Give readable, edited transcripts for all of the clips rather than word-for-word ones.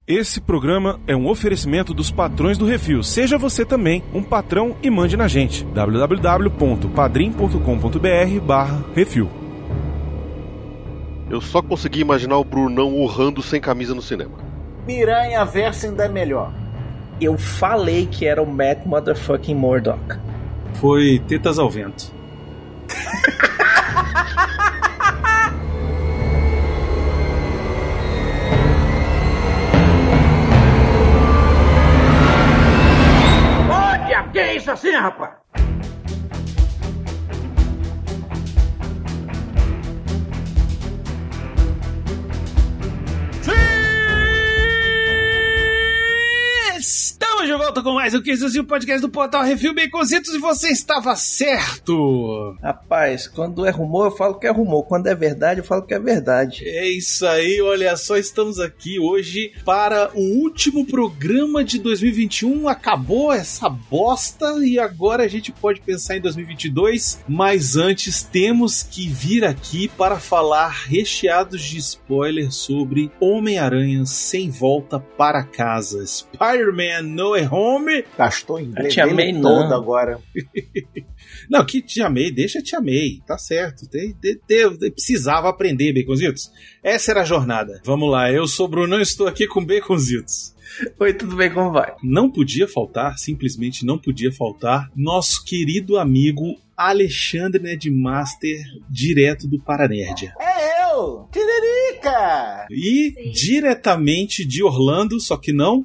Esse programa é um oferecimento dos patrões do Refil. Seja você também um patrão e mande na gente. www.padrim.com.br/refil. Eu só consegui imaginar o Brunão urrando sem camisa no cinema. Miranha Verso ainda é melhor. Eu falei que era o Matt Motherfucking Murdock. Foi Tetas ao Vento. Olha, que é isso assim, rapaz? Estamos de volta com mais um que isso, o podcast do Portal Refil Baconzitos, e você estava certo. Rapaz, quando é rumor eu falo que é rumor, quando é verdade eu falo que é verdade. É isso aí, olha só, estamos aqui hoje para o último programa de 2021, acabou essa bosta e agora a gente pode pensar em 2022, mas antes temos que vir aqui para falar recheados de spoilers sobre Homem-Aranha Sem Volta para Casa, Spider-Man No Way Home. Gastou em inglês Te Amei todo não. agora. Não, que Te Amei, deixa Te Amei, tá certo. Precisava aprender, Baconzitos. Essa era a jornada. Vamos lá, eu sou o Bruno, estou aqui com Baconzitos. Oi, tudo bem, como vai? Não podia faltar, simplesmente não podia faltar, nosso querido amigo Alexandre Nedmaster, direto do Paranerdia. É eu! Tiririca! E diretamente de Orlando, só que não.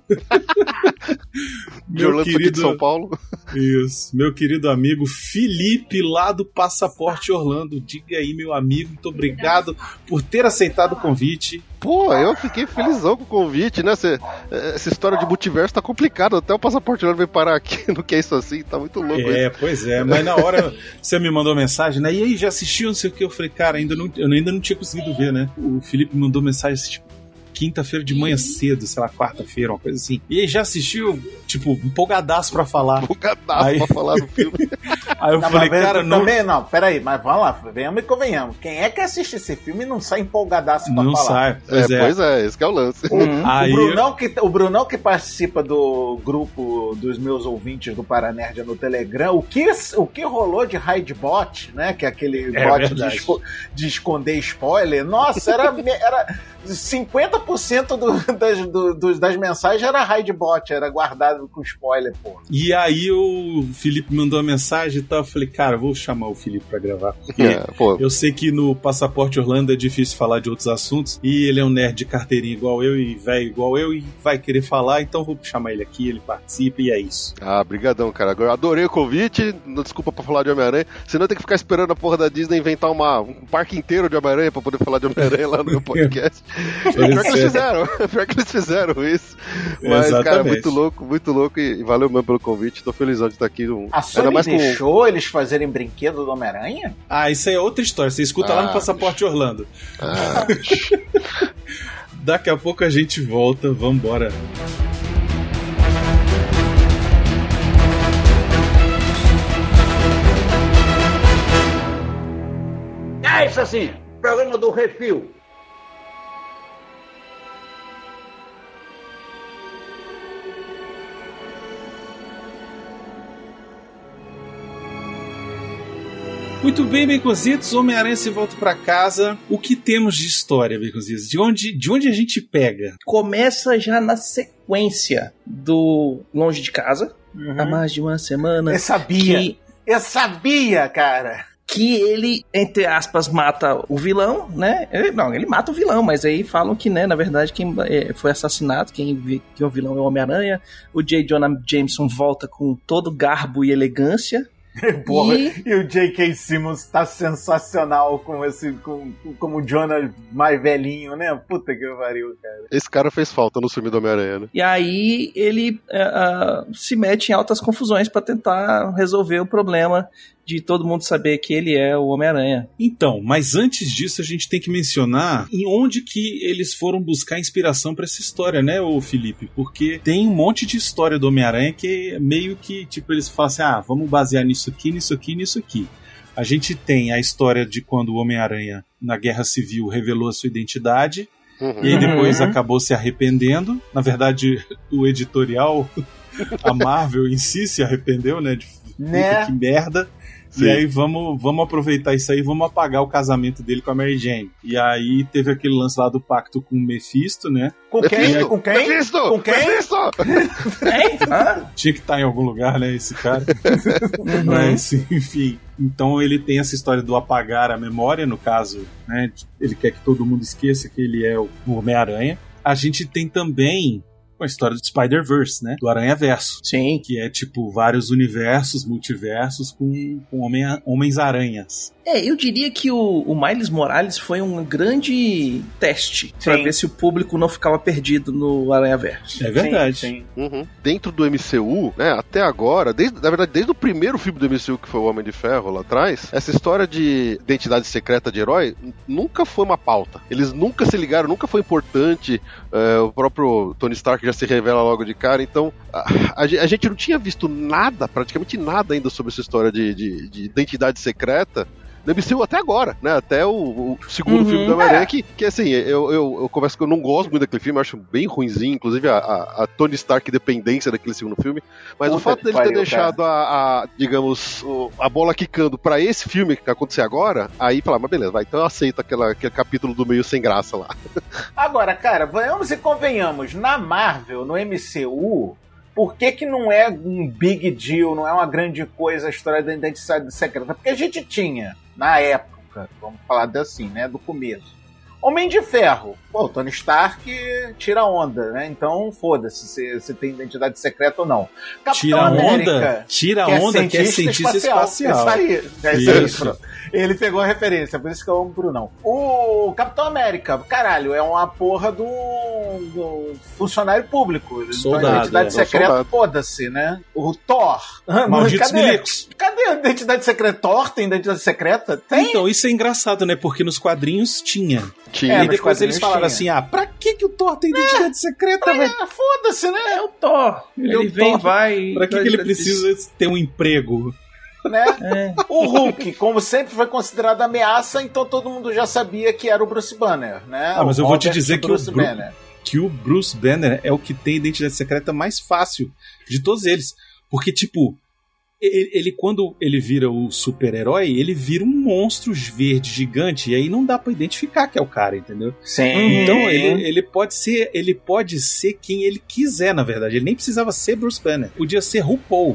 De Orlando aqui de São Paulo. Isso, meu querido amigo Felipe, lá do Passaporte Orlando. Diga aí, meu amigo, muito obrigado por ter aceitado o convite. Pô, eu fiquei felizão com o convite, né? Essa história de multiverso tá complicada. Até o Passaporte Orlando veio parar aqui no que é isso assim, tá muito louco. Pois é, mas na hora você me mandou mensagem, né? E aí, já assistiu, não sei o que? Eu falei, cara, eu ainda não tinha conseguido ver, né? O Felipe me mandou mensagem assim, tipo, quinta-feira de manhã cedo, sei lá, quarta-feira, uma coisa assim. E aí já assistiu, tipo, empolgadaço pra falar. Empolgadaço pra falar do filme. Aí eu falei, cara, não... Também não, peraí, mas vamos lá, venhamos e convenhamos. Quem é que assiste esse filme e não sai empolgadaço pra não falar? Não sai, pois é, esse que é o lance. Aí O Brunão que participa do grupo dos meus ouvintes do Paranerdia no Telegram, o que rolou de Hidebot, né, que é aquele bot de esconder spoiler, nossa, era 50% das mensagens era Hidebot, era guardado com spoiler, pô. E aí o Felipe mandou uma mensagem e tal, eu falei, cara, vou chamar o Felipe pra gravar, porque eu sei que no Passaporte Orlando é difícil falar de outros assuntos, e ele é um nerd de carteirinha igual eu, e velho igual eu, e vai querer falar, então vou chamar ele aqui, ele participa, e é isso. Ah, brigadão, cara, agora eu adorei o convite, desculpa pra falar de Homem-Aranha, senão tem que ficar esperando a porra da Disney inventar um parque inteiro de Homem-Aranha pra poder falar de Homem-Aranha lá no meu podcast. Pior que eles fizeram isso. Mas, exatamente, cara, muito louco e valeu mesmo pelo convite. Tô felizão de estar aqui. A Sony deixou eles fazerem brinquedo do Homem-Aranha? Ah, isso aí é outra história. Você escuta lá no Passaporte Orlando. Daqui a pouco a gente volta. Vambora. É isso assim, programa do Refil. Muito bem, Baconzitos, Homem-Aranha se volta pra casa. O que temos de história, Baconzitos? De onde a gente pega? Começa já na sequência do Longe de Casa, há mais de uma semana. Eu sabia, cara! Que ele, entre aspas, mata o vilão, né? Ele mata o vilão, mas aí falam que, né, na verdade, quem foi assassinado, que o vilão é o Homem-Aranha. O J. Jonah Jameson volta com todo garbo e elegância. Porra, e o J.K. Simmons tá sensacional como o Jonah mais velhinho, né? Puta que pariu, cara. Esse cara fez falta no filme do Homem-Aranha, né? E aí ele se mete em altas confusões pra tentar resolver o problema de todo mundo saber que ele é o Homem-Aranha. Então, mas antes disso a gente tem que mencionar em onde que eles foram buscar inspiração pra essa história, né, ô Felipe? Porque tem um monte de história do Homem-Aranha que meio que, tipo, eles falam assim, vamos basear nisso aqui, nisso aqui, nisso aqui. A gente tem a história de quando o Homem-Aranha, na Guerra Civil, revelou a sua identidade. E aí depois acabou se arrependendo. Na verdade, o editorial, a Marvel em si se arrependeu, né? Puta, que merda. Sim. E aí vamos aproveitar isso aí, vamos apagar o casamento dele com a Mary Jane. E aí teve aquele lance lá do pacto com o Mephisto, né? Com quem? Com quem? Mephisto! Com quem? Mephisto! Tinha que estar em algum lugar, né, esse cara. Mas, enfim. Então ele tem essa história do apagar a memória, no caso, né? Ele quer que todo mundo esqueça que ele é o Homem-Aranha. A gente tem também a história do Spider-Verse, né? Do Aranha-Verso. Sim. Que é tipo vários universos, multiversos com Homens-Aranhas. Eu diria que o Miles Morales foi um grande teste pra ver se o público não ficava perdido no Aranha-Verso. É verdade. Sim. Dentro do MCU, né, até agora, na verdade, desde o primeiro filme do MCU, que foi o Homem de Ferro lá atrás, essa história de identidade secreta de herói nunca foi uma pauta. Eles nunca se ligaram, nunca foi importante. O próprio Tony Stark já se revela logo de cara. Então, a gente não tinha visto nada, praticamente nada ainda sobre essa história de identidade secreta no MCU até agora, né? Até o segundo filme do Homem-Aranha, que assim, eu confesso que eu não gosto muito daquele filme, eu acho bem ruinzinho, inclusive a Tony Stark dependência daquele segundo filme, mas o fato dele ter deixado digamos, a bola quicando pra esse filme que acontecer agora, aí falar, mas beleza, vai, então eu aceito aquele capítulo do meio sem graça lá. Agora, cara, vamos e convenhamos, na Marvel, no MCU, por que não é um big deal, não é uma grande coisa a história da identidade secreta? Porque a gente tinha, na época, vamos falar assim, né, do começo, Homem de Ferro. Pô, Tony Stark tira onda, né? Então, foda-se se tem identidade secreta ou não. Capitão América, tira onda, que é cientista espacial. Isso aí. Ele pegou a referência, por isso que eu amo o Brunão. O Capitão América, caralho, é uma porra do funcionário público. Soldado, então, identidade secreta, foda-se, né? O Thor. Malditos milicos. Cadê a identidade secreta? Thor tem identidade secreta? Tem. Então, isso é engraçado, né? Porque nos quadrinhos tinha. E depois eles falaram assim, pra que o Thor tem identidade secreta, velho? Foda-se, né? É o Thor. Ele vem, vai... Pra que ele precisa ter um emprego? Né? O Hulk, como sempre, foi considerado ameaça, então todo mundo já sabia que era o Bruce Banner, né? Mas eu vou te dizer que o Bruce Banner é o que tem a identidade secreta mais fácil de todos eles. Porque, tipo, ele quando ele vira o super-herói, ele vira um monstro verde gigante, e aí não dá pra identificar que é o cara, entendeu? Sim. Então ele pode ser quem ele quiser, na verdade. Ele nem precisava ser Bruce Banner. Podia ser RuPaul.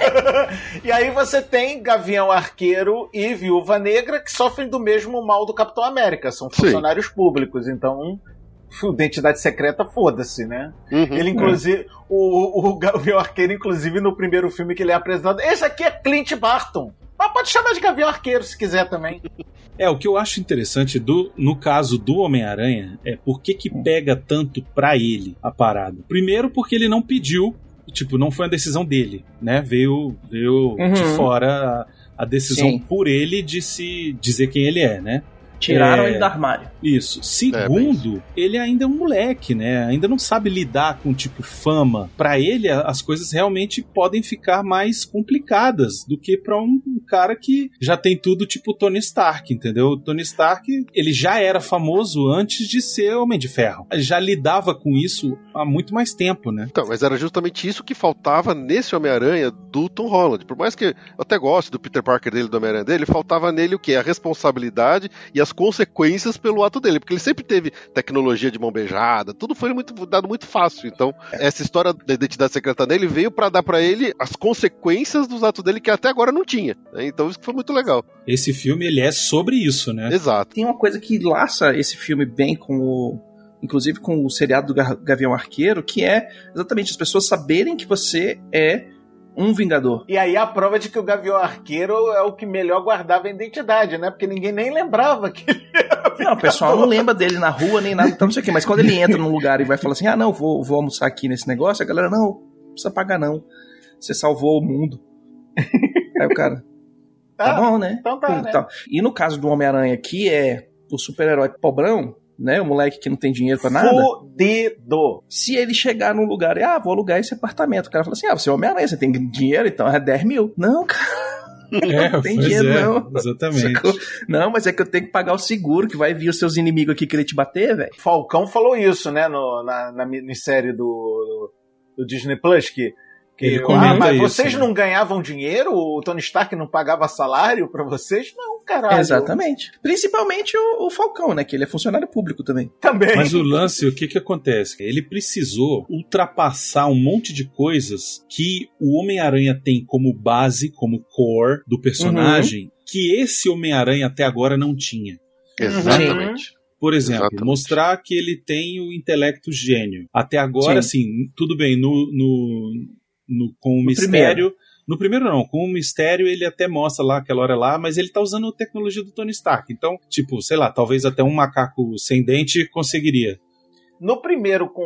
E aí você tem Gavião Arqueiro e Viúva Negra, que sofrem do mesmo mal do Capitão América. São funcionários públicos, então... identidade secreta, foda-se, né? Ele, inclusive, o Gavião Arqueiro, inclusive, no primeiro filme que ele é apresentado, esse aqui é Clint Barton. Mas pode chamar de Gavião Arqueiro se quiser também. O que eu acho interessante no caso do Homem-Aranha é por que pega tanto pra ele a parada. Primeiro porque ele não pediu, tipo, não foi uma decisão dele, né? Veio de fora a decisão por ele de se dizer quem ele é, né? Tiraram ele do armário. Isso. Segundo, ele ainda é um moleque, né? Ainda não sabe lidar com, tipo, fama. Pra ele, as coisas realmente podem ficar mais complicadas do que pra um cara que já tem tudo, tipo Tony Stark, entendeu? O Tony Stark, ele já era famoso antes de ser Homem de Ferro. Ele já lidava com isso há muito mais tempo, né? Então, mas era justamente isso que faltava nesse Homem-Aranha do Tom Holland. Por mais que eu até goste do Peter Parker dele, do Homem-Aranha dele, faltava nele o quê? A responsabilidade e as consequências pelo ato dele, porque ele sempre teve tecnologia de mão beijada, tudo foi dado muito fácil. Então, essa história da identidade secreta dele veio pra dar pra ele as consequências dos atos dele que até agora não tinha, né? Então isso foi muito legal. Esse filme, ele é sobre isso, né? Exato. Tem uma coisa que laça esse filme bem inclusive com o seriado do Gavião Arqueiro, que é exatamente as pessoas saberem que você é um Vingador. E aí a prova de que o Gavião Arqueiro é o que melhor guardava a identidade, né? Porque ninguém nem lembrava que ele era Vingador. Não, o pessoal não lembra dele na rua nem nada, então não sei o quê. Mas quando ele entra num lugar e vai falar assim, não, vou almoçar aqui nesse negócio, a galera, não precisa pagar não. Você salvou o mundo. Aí o cara, tá bom, né? Então tá, né? E no caso do Homem-Aranha, que é o super-herói pobrão, né, o moleque que não tem dinheiro pra nada. Fudido. Se ele chegar num lugar e, vou alugar esse apartamento. O cara fala assim, você é Homem-Aranha, você tem dinheiro, então é 10 mil. Não, cara. Não tem dinheiro, não. Exatamente. Não, mas é que eu tenho que pagar o seguro, que vai vir os seus inimigos aqui querer te bater, velho. Falcão falou isso, né, na minissérie do Disney Plus, que mas isso, vocês não ganhavam dinheiro? O Tony Stark não pagava salário pra vocês? Não, caralho. Exatamente. Principalmente o Falcão, né, que ele é funcionário público também. Também. Mas o lance, o que acontece? Ele precisou ultrapassar um monte de coisas que o Homem-Aranha tem como base, como core do personagem, que esse Homem-Aranha até agora não tinha. Exatamente. Por exemplo, Exatamente. Mostrar que ele tem o intelecto gênio. Até agora, assim, tudo bem, com o mistério... No primeiro não, com o mistério ele até mostra lá aquela hora lá, mas ele tá usando a tecnologia do Tony Stark. Então, tipo, sei lá, talvez até um macaco sem dente conseguiria. No primeiro com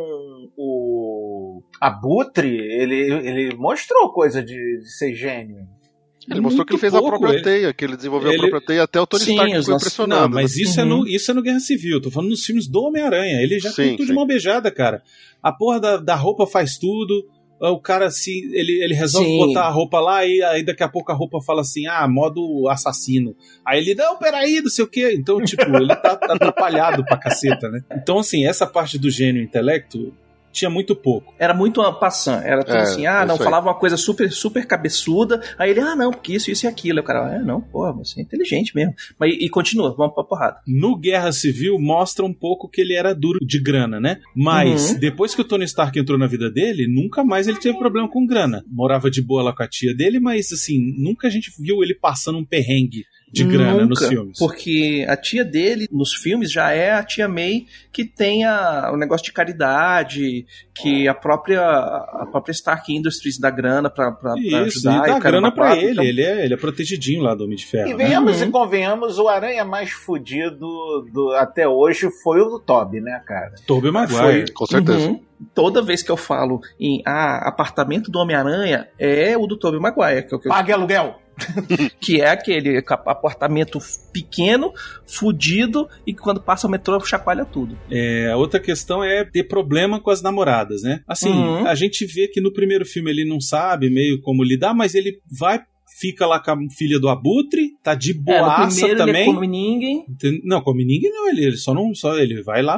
o Abutre, ele mostrou coisa de ser gênio. Ele mostrou que ele fez a própria teia, que ele desenvolveu a própria teia, até o Tony Stark ficou impressionado. Não, mas isso é no Guerra Civil, tô falando nos filmes do Homem-Aranha. Ele já tem tudo de mão beijada, cara. A porra da roupa faz tudo. O cara, assim, ele resolve botar a roupa lá e aí daqui a pouco a roupa fala assim, modo assassino. Aí ele, não, peraí, não sei o quê. Então, tipo, ele tá atrapalhado pra caceta, né? Então, assim, essa parte do gênio e intelecto tinha muito pouco. Era muito passant. Era tudo assim, não, falava uma coisa super, super cabeçuda. Aí ele, não, porque isso e aquilo. Aí o cara, não, porra, você é inteligente mesmo. Mas, e continua, vamos pra porrada. No Guerra Civil mostra um pouco que ele era duro de grana, né? Mas depois que o Tony Stark entrou na vida dele, nunca mais ele teve problema com grana. Morava de boa lá com a tia dele, mas assim, nunca a gente viu ele passando um perrengue de grana nos filmes. Porque a tia dele, nos filmes, já é a tia May que tem o negócio de caridade, que a própria Stark Industries dá grana pra ajudar. E dá grana pra ele. Então... Ele é protegidinho lá do Homem de Ferro. E venhamos e convenhamos, o Aranha mais fudido até hoje foi o do Tobey, né, cara? Tobey Maguire. Com certeza. Toda vez que eu falo em apartamento do Homem-Aranha, é o do Tobey Maguire. Pague aluguel! Que é aquele apartamento pequeno, fudido, e que quando passa o metrô chacoalha tudo. A outra questão é ter problema com as namoradas, né? Assim, a gente vê que no primeiro filme ele não sabe meio como lidar, mas ele fica lá com a filha do Abutre, tá de boaça também. Ele come ninguém. Não, come ninguém não, ele vai lá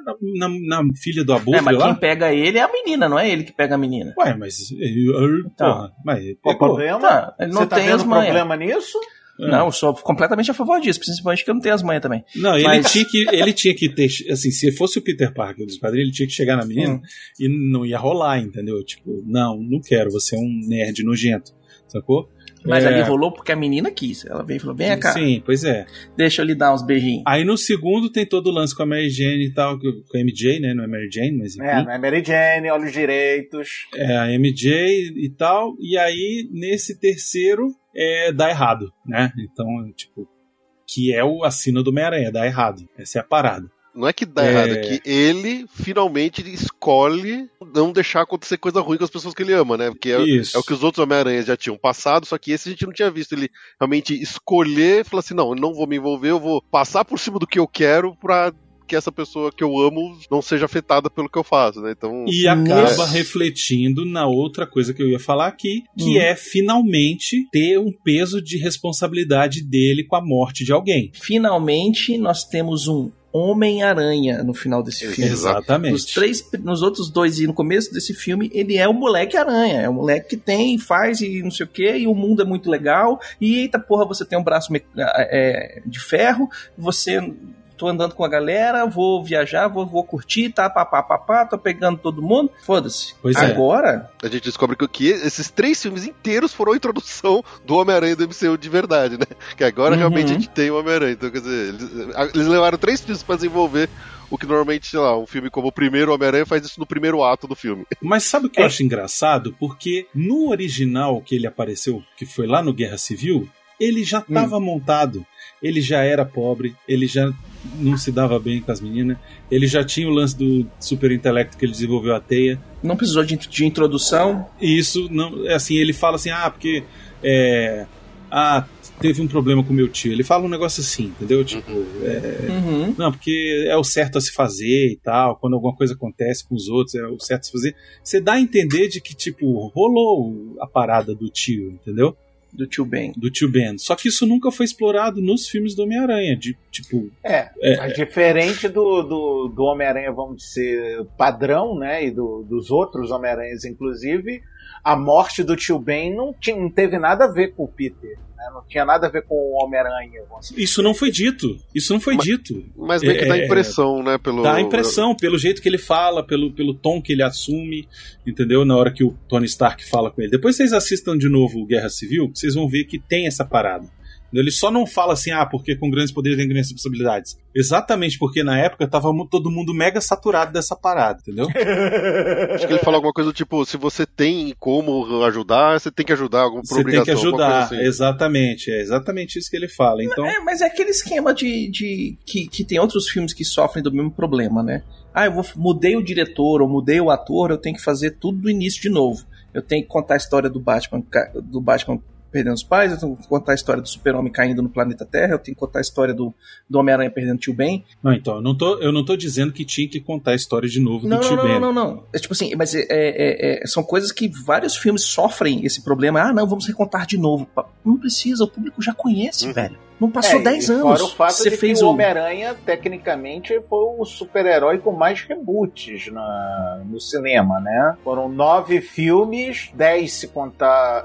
na filha do Abutre mas lá. Quem pega ele é a menina, não é ele que pega a menina. Ué, mas... Qual o problema? Ele não Você tá tem vendo as manhas. Problema nisso? Não, eu sou completamente a favor disso, principalmente que eu não tenho as manhas também. Não, ele tinha que ter, assim, se fosse o Peter Parker dos quadrinhos, ele tinha que chegar na menina e não ia rolar, entendeu? Tipo, não quero, você é um nerd nojento, sacou? Mas ali rolou porque a menina quis. Ela veio e falou, vem cá. Sim, pois é. Deixa eu lhe dar uns beijinhos. Aí no segundo tem todo o lance com a Mary Jane e tal, com a MJ, né? Não é Mary Jane, mas enfim. Não é Mary Jane, olhos direitos. É a MJ e tal. E aí, nesse terceiro, dá errado, né? Então, tipo, que é a sina do Homem-Aranha, dá errado. Essa é a parada. Não é que dá errado, é que ele finalmente escolhe não deixar acontecer coisa ruim com as pessoas que ele ama, né? Porque é o que os outros Homem-Aranhas já tinham passado, só que esse a gente não tinha visto. Ele realmente escolher, falar assim, não, eu não vou me envolver, eu vou passar por cima do que eu quero pra que essa pessoa que eu amo não seja afetada pelo que eu faço, né? Então, e acaba refletindo na outra coisa que eu ia falar aqui, que é finalmente ter um peso de responsabilidade dele com a morte de alguém. Finalmente nós temos um Homem-Aranha no final desse filme. Exatamente. Nos outros dois e no começo desse filme, ele é o moleque-aranha. É o moleque que tem, faz e não sei o que, e o mundo é muito legal. E eita porra, você tem um braço de ferro, você... Tô andando com a galera, vou viajar, vou curtir, tô pegando todo mundo. Foda-se. Agora... A gente descobre que esses 3 filmes inteiros foram a introdução do Homem-Aranha do MCU de verdade, né? Que agora realmente a gente tem o Homem-Aranha. Então, quer dizer, eles levaram 3 filmes pra desenvolver o que normalmente, sei lá, um filme como o primeiro Homem-Aranha faz isso no primeiro ato do filme. Mas sabe o que eu acho engraçado? Porque no original que ele apareceu, que foi lá no Guerra Civil, ele já estava montado. Ele já era pobre, ele já não se dava bem com as meninas, ele já tinha o lance do super intelecto que ele desenvolveu a teia. Não precisou de introdução. E isso, não, assim, ele fala assim, porque teve um problema com meu tio. Ele fala um negócio assim, entendeu? Tipo, não, porque é o certo a se fazer e tal, quando alguma coisa acontece com os outros, é o certo a se fazer. Você dá a entender de que, tipo, rolou a parada do tio, entendeu? Do Tio Ben. Do Tio Ben. Só que isso nunca foi explorado nos filmes do Homem-Aranha. Mas diferente do Homem-Aranha, vamos dizer, padrão, né? E dos outros Homem-Aranhas, inclusive, a morte do Tio Ben não teve nada a ver com o Peter. Não tinha nada a ver com o Homem-Aranha. Isso não foi dito. Mas meio que dá impressão, né? Dá a impressão, pelo jeito que ele fala, pelo tom que ele assume, entendeu? Na hora que o Tony Stark fala com ele. Depois vocês assistam de novo o Guerra Civil, vocês vão ver que tem essa parada. Ele só não fala assim, porque com grandes poderes vem grandes responsabilidades. Exatamente porque na época tava todo mundo mega saturado dessa parada, entendeu? Acho que ele fala alguma coisa do tipo, se você tem como ajudar, você tem que ajudar, alguma Você tem que ajudar, assim. Exatamente. É exatamente isso que ele fala. Então... Mas é aquele esquema que tem outros filmes que sofrem do mesmo problema, né? Mudei o diretor ou mudei o ator, eu tenho que fazer tudo do início de novo. Eu tenho que contar a história do Batman perdendo os pais, eu tenho que contar a história do Super-Homem caindo no planeta Terra, eu tenho que contar a história do Homem-Aranha perdendo o Tio Ben. Não, então, eu não tô dizendo que tinha que contar a história de novo do Tio Ben. Não. É tipo assim, mas são coisas que vários filmes sofrem esse problema. Não, vamos recontar de novo. Não precisa, o público já conhece, velho. Não passou 10 anos. Fora o fato de que o Homem-Aranha, tecnicamente, foi o super-herói com mais reboots no cinema, né? Foram 9 filmes, 10 se contar...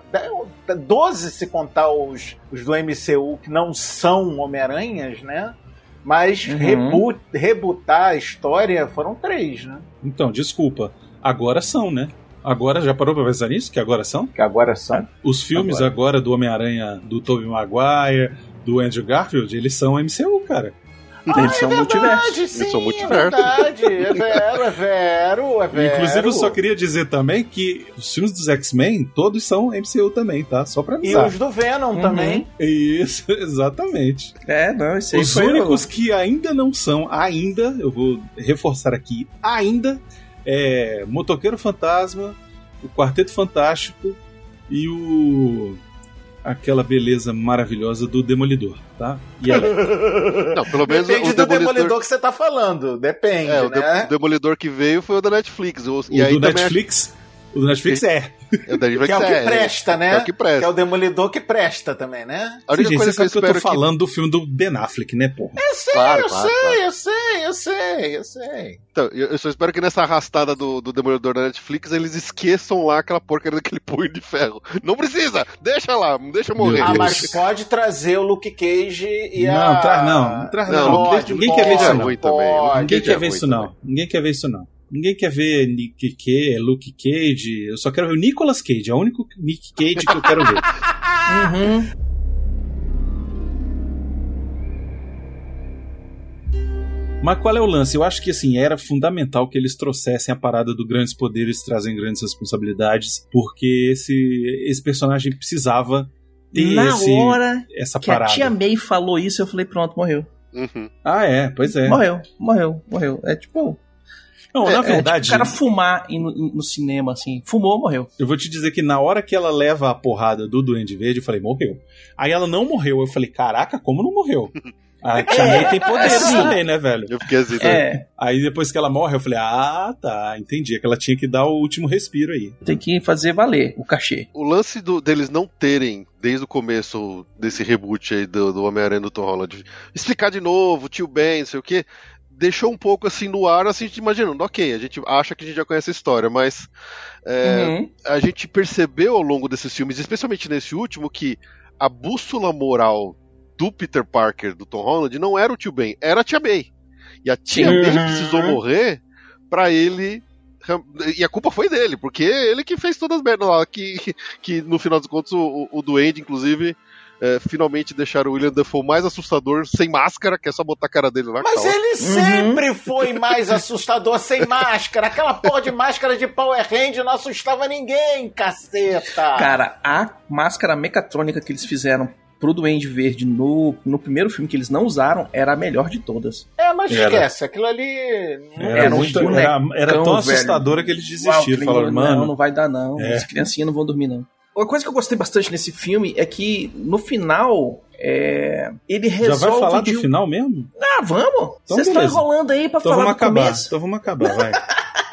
12 se contar os do MCU que não são Homem-Aranhas, né? Mas rebootar a história foram 3, né? Então, desculpa. Agora são, né? Agora, já parou pra pensar nisso? Que agora são? Que agora são. Os filmes agora do Homem-Aranha, do Tobey Maguire, do Andrew Garfield, eles são MCU, cara. Eles são multiverso. Sim, eles são multiverso. É verdade, é vero. Inclusive, eu só queria dizer também que os filmes dos X-Men, todos são MCU também, tá? Só pra avisar. E os do Venom também. Isso, exatamente. Isso aí. Os únicos que ainda não são, eu vou reforçar aqui, Motoqueiro Fantasma, o Quarteto Fantástico e aquela beleza maravilhosa do Demolidor, tá? E não, pelo menos depende do Demolidor que você tá falando, depende, né? O Demolidor que veio foi o da Netflix. O do Netflix é. Que é o que presta, né? É o que presta. Que é o Demolidor que presta também, né? A única coisa que eu tô falando do filme do Ben Affleck, né, porra? Eu sei. Então, eu só espero que nessa arrastada do Demolidor da Netflix eles esqueçam lá aquela porcaria daquele punho de ferro. Não precisa! Deixa lá, deixa morrer. Mas pode trazer o Luke Cage e não traz não. Ninguém quer ver isso não. Ninguém quer ver isso não. Ninguém quer ver Luke Cage. Eu só quero ver o Nicolas Cage. É o único Nick Cage que eu quero ver. Mas qual é o lance? Eu acho que assim, era fundamental que eles trouxessem a parada do grandes poderes trazem grandes responsabilidades, porque esse personagem precisava ter essa que parada. A tia May falou isso, eu falei, pronto, morreu. Pois é. Morreu. É tipo... Não, na verdade... Tipo, o cara fumar no cinema, assim. Fumou, morreu. Eu vou te dizer que na hora que ela leva a porrada do Duende Verde, eu falei, morreu. Aí ela não morreu. Eu falei, caraca, como não morreu? A Tia May tem poderes também, né, velho? Eu fiquei assim, né? Aí depois que ela morre, eu falei, tá, entendi. É que ela tinha que dar o último respiro aí. Tem que fazer valer o cachê. O lance deles não terem, desde o começo desse reboot aí do Homem-Aranha do Tom Holland, explicar de novo, Tio Ben, não sei o quê, deixou um pouco assim no ar, assim, imaginando, ok, a gente acha que a gente já conhece a história, mas a gente percebeu ao longo desses filmes, especialmente nesse último, que a bússola moral do Peter Parker, do Tom Holland, não era o Tio Ben, era a Tia May. E a Tia May precisou morrer pra ele... E a culpa foi dele, porque ele que fez todas as merdas lá, que no final dos contos o Duende, inclusive... finalmente deixaram o William Dafoe mais assustador sem máscara, que é só botar a cara dele lá. Mas ele sempre foi mais assustador sem máscara. Aquela porra de máscara de Power Ranger não assustava ninguém, caceta. Cara, a máscara mecatrônica que eles fizeram pro Duende Verde no primeiro filme que eles não usaram era a melhor de todas. Mas esquece, aquilo ali... Era tão assustadora que eles desistiram. Falaram, mano... Não vai dar não, as criancinhas não vão dormir não. Uma coisa que eu gostei bastante nesse filme é que, no final, ele resolve... Já vai falar do final mesmo? Vamos! Vocês estão enrolando aí pra falar do começo. Então vamos acabar, vai.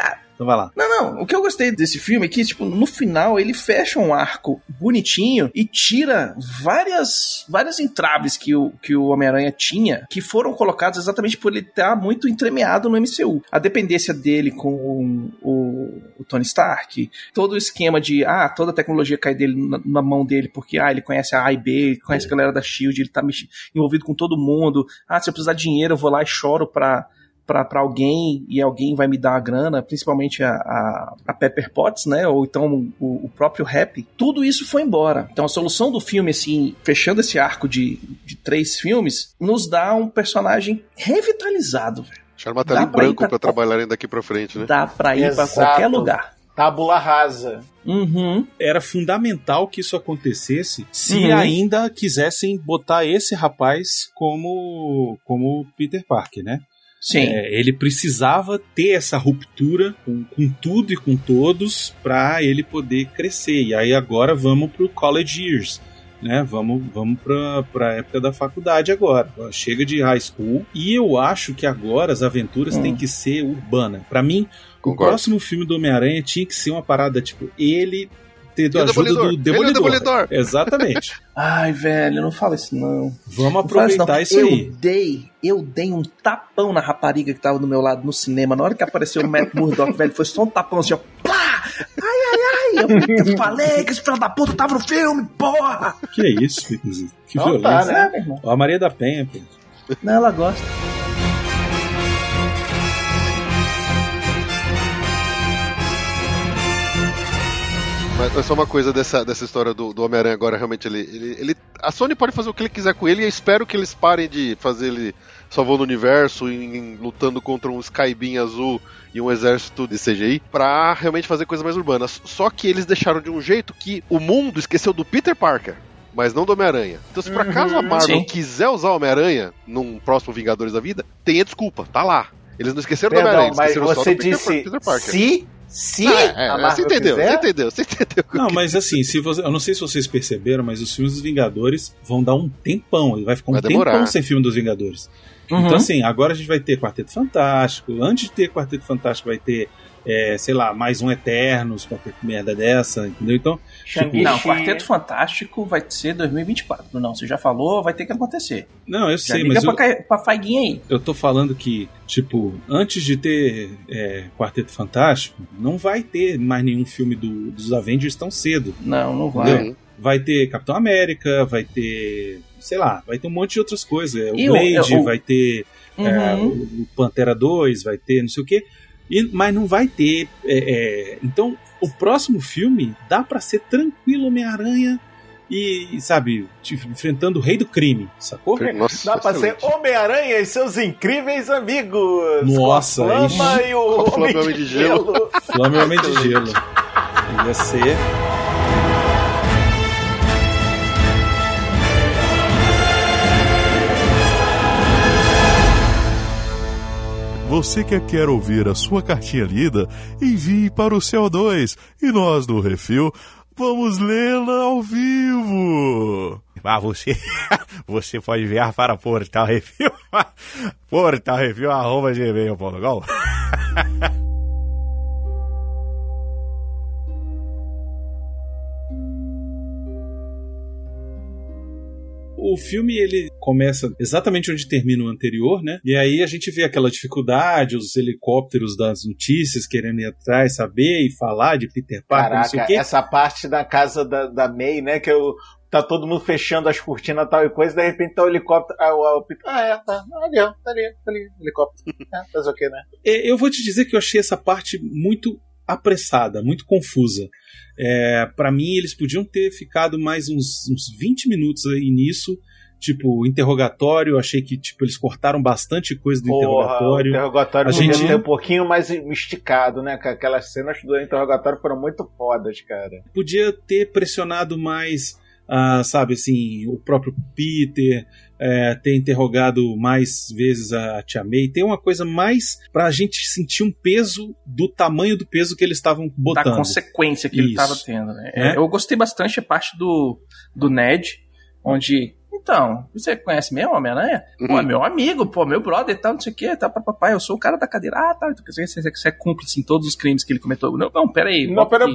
Então vai lá. Não, o que eu gostei desse filme é que, tipo, no final ele fecha um arco bonitinho e tira várias entraves que o Homem-Aranha tinha, que foram colocadas exatamente por ele estar muito entremeado no MCU. A dependência dele com o Tony Stark, todo o esquema de, toda a tecnologia cai dele na mão dele, porque, ele conhece a A e B, ele conhece a galera da SHIELD, ele tá envolvido com todo mundo. Se eu precisar de dinheiro, eu vou lá e choro pra alguém, e alguém vai me dar a grana, principalmente a Pepper Potts, né, ou então o próprio Happy. Tudo isso foi embora. Então a solução do filme, assim, fechando esse arco de 3 filmes, nos dá um personagem revitalizado, velho. Chama uma tela em branco pra trabalharem daqui pra frente, né? Dá pra ir pra qualquer lugar. Tábula rasa. Uhum. Era fundamental que isso acontecesse se ainda quisessem botar esse rapaz como Peter Parker, né? Sim. Ele precisava ter essa ruptura com tudo e com todos pra ele poder crescer. E aí agora vamos pro college years, né? Vamos pra época da faculdade agora. Chega de high school. E eu acho que agora as aventuras têm que ser urbanas. Pra mim, o próximo filme do Homem-Aranha tinha que ser uma parada tipo, ele tendo a ajuda do Demolidor. Exatamente. Ai, velho, não fala isso não. Vamos aproveitar isso aí. Eu dei um tapão na rapariga que tava do meu lado no cinema. Na hora que apareceu o Matt Murdock, velho, foi só um tapão assim, ó. Plá! Ai! Eu falei que esse filho da puta tava no filme, porra! Que é isso, que violência. Tá, né, meu irmão? Ó, a Maria da Penha, pô. Não, ela gosta. Mas só uma coisa dessa história do Homem-Aranha agora, realmente, ele a Sony pode fazer o que ele quiser com ele, e eu espero que eles parem de fazer ele salvando o universo, lutando contra um Skybeam azul e um exército de CGI, pra realmente fazer coisas mais urbanas. Só que eles deixaram de um jeito que o mundo esqueceu do Peter Parker, mas não do Homem-Aranha. Então, se por acaso a Marvel quiser usar o Homem-Aranha num próximo Vingadores da Vida, tenha desculpa, tá lá. Eles não esqueceram do Homem-Aranha, eles esqueceram só do Peter Parker. Você entendeu. Não, mas assim, eu não sei se vocês perceberam, mas os filmes dos Vingadores vão dar um tempão. Ele vai ficar tempão sem filme dos Vingadores. Então, assim, agora a gente vai ter Quarteto Fantástico. Antes de ter Quarteto Fantástico, vai ter, sei lá, mais um Eternos, qualquer merda dessa, entendeu? Então, não, Quarteto Fantástico vai ser 2024. Não, você já falou, vai ter que acontecer. Não, eu já sei, liga mas pra Faiguinha aí. Eu tô falando que, tipo, antes de ter Quarteto Fantástico, não vai ter mais nenhum filme dos Avengers tão cedo. Não vai. Entendeu? Vai ter Capitão América, vai ter, sei lá, vai ter um monte de outras coisas. O Blade, vai ter o Pantera 2, vai ter não sei o quê. Mas não vai ter. Então, o próximo filme dá pra ser tranquilo Homem-Aranha e, sabe, enfrentando o rei do crime, sacou? Nossa, dá pra ser Homem-Aranha e seus incríveis amigos. Nossa, com a Flama e o Homem de Gelo. Flama e o Homem de Gelo. Ia ser. Você que quer ouvir a sua cartinha lida, envie para o CO2 e nós do Refil vamos lê-la ao vivo. Você pode enviar para Portal Refil, portalrefil@gmail.com. O filme, ele começa exatamente onde termina o anterior, né? E aí a gente vê aquela dificuldade, os helicópteros das notícias querendo ir atrás, saber e falar de Peter Parker, Caraca, não sei o quê. Essa parte da casa da May, né? Que tá todo mundo fechando as cortinas e tal e coisa, de repente tá o helicóptero. Tá ali, helicóptero. Faz o quê, né? Eu vou te dizer que eu achei essa parte muito apressada, muito confusa. Pra mim, eles podiam ter ficado mais uns 20 minutos aí nisso. Tipo, interrogatório, achei que tipo, eles cortaram bastante coisa do interrogatório. O interrogatório podia ter um pouquinho mais esticado, né? Aquelas cenas do interrogatório foram muito fodas, cara. Podia ter pressionado mais, sabe, assim, o próprio Peter, ter interrogado mais vezes a Tia May. Tem uma coisa mais pra gente sentir um peso do tamanho do peso que eles estavam botando. Da consequência que ele estava tendo, né? Eu gostei bastante a parte do Ned, onde então, você conhece mesmo o Homem-Aranha? Pô, é meu amigo, pô, meu brother e tal, não sei o que, tá, papai, eu sou o cara da cadeira. Ah, tá, então você é cúmplice em todos os crimes que ele cometeu. Não, peraí. Não, peraí.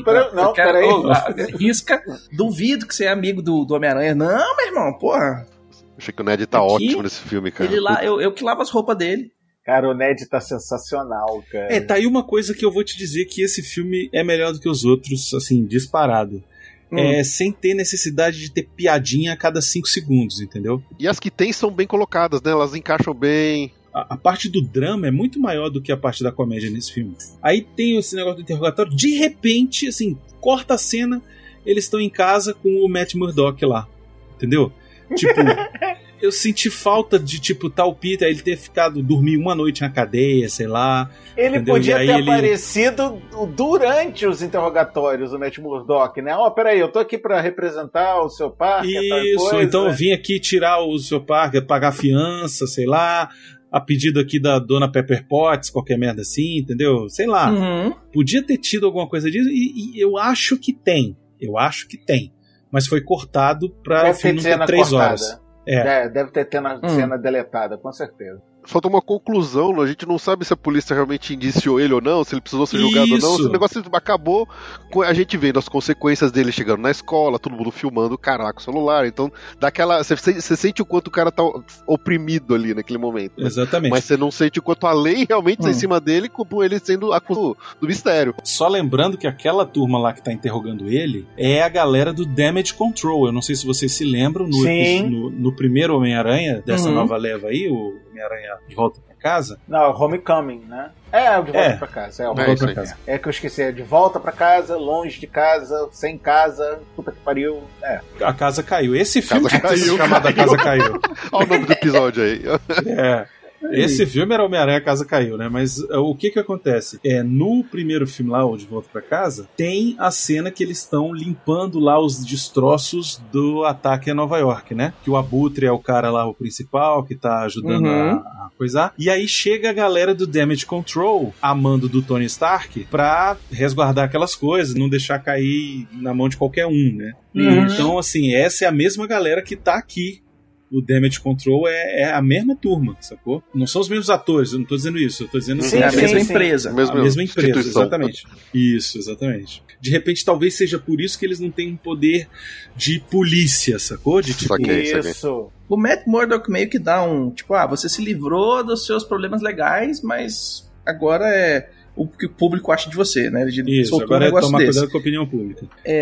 Risca, duvido que você é amigo do Homem-Aranha. Não, meu irmão, porra. Achei que o Ned tá ótimo nesse filme, cara. Ele lá, eu que lavo as roupas dele. Cara, o Ned tá sensacional, cara. Tá aí uma coisa que eu vou te dizer, que esse filme é melhor do que os outros, assim, disparado. Sem ter necessidade de ter piadinha a cada 5 segundos, entendeu? E as que tem são bem colocadas, né? Elas encaixam bem. A parte do drama é muito maior do que a parte da comédia nesse filme. Aí tem esse negócio do interrogatório, de repente, assim, corta a cena, eles estão em casa com o Matt Murdock lá, entendeu? Tipo, eu senti falta de, tipo, tal Peter, ele ter dormir uma noite na cadeia, sei lá. Ele entendeu? podia ter aparecido durante os interrogatórios, o Matt Murdock, né? Peraí, eu tô aqui pra representar o seu Parker, isso, coisa, então eu vim aqui tirar o seu Parker, pagar fiança, sei lá, a pedido aqui da dona Pepper Potts, qualquer merda assim, entendeu? Sei lá. Podia ter tido alguma coisa disso, e eu acho que tem. Mas foi cortado pra filme ter 3 horas. Deve ter cena deletada, com certeza. Falta uma conclusão, a gente não sabe se a polícia realmente indiciou ele ou não, se ele precisou ser julgado ou não. Esse negócio acabou com a gente vendo as consequências dele chegando na escola, todo mundo filmando o cara lá com o celular. Então, você sente o quanto o cara tá oprimido ali naquele momento. Né? Exatamente. Mas você não sente o quanto a lei realmente tá em cima dele, como ele sendo acusado do mistério. Só lembrando que aquela turma lá que tá interrogando ele é a galera do Damage Control. Eu não sei se vocês se lembram, no primeiro Homem-Aranha, dessa nova leva aí, o Homem-Aranha de Volta pra Casa. Não, Homecoming, né? De volta pra casa. De volta pra casa. É que eu esqueci, é de volta pra casa, longe de casa, sem casa, puta que pariu. A casa caiu. Esse filme tinha que ser chamado A Casa Caiu. Olha o nome do episódio aí. Esse filme era Homem-Aranha, a Casa Caiu, né? Mas o que acontece? No primeiro filme lá, o De Volta pra Casa, tem a cena que eles estão limpando lá os destroços do ataque a Nova York, né? Que o Abutre é o cara lá, o principal, que tá ajudando a coisar. E aí chega a galera do Damage Control, a mando do Tony Stark, pra resguardar aquelas coisas, não deixar cair na mão de qualquer um, né? Então, assim, essa é a mesma galera que tá aqui. O Damage Control é a mesma turma, sacou? Não são os mesmos atores, eu não tô dizendo isso, eu tô dizendo é a mesma empresa. A mesma empresa, exatamente. Isso, exatamente. De repente, talvez seja por isso que eles não têm um poder de polícia, sacou? De tipo... Isso. O Matt Murdock meio que dá tipo, você se livrou dos seus problemas legais, mas agora o que o público acha de você, né? Isso, agora é tomar cuidado com a opinião pública.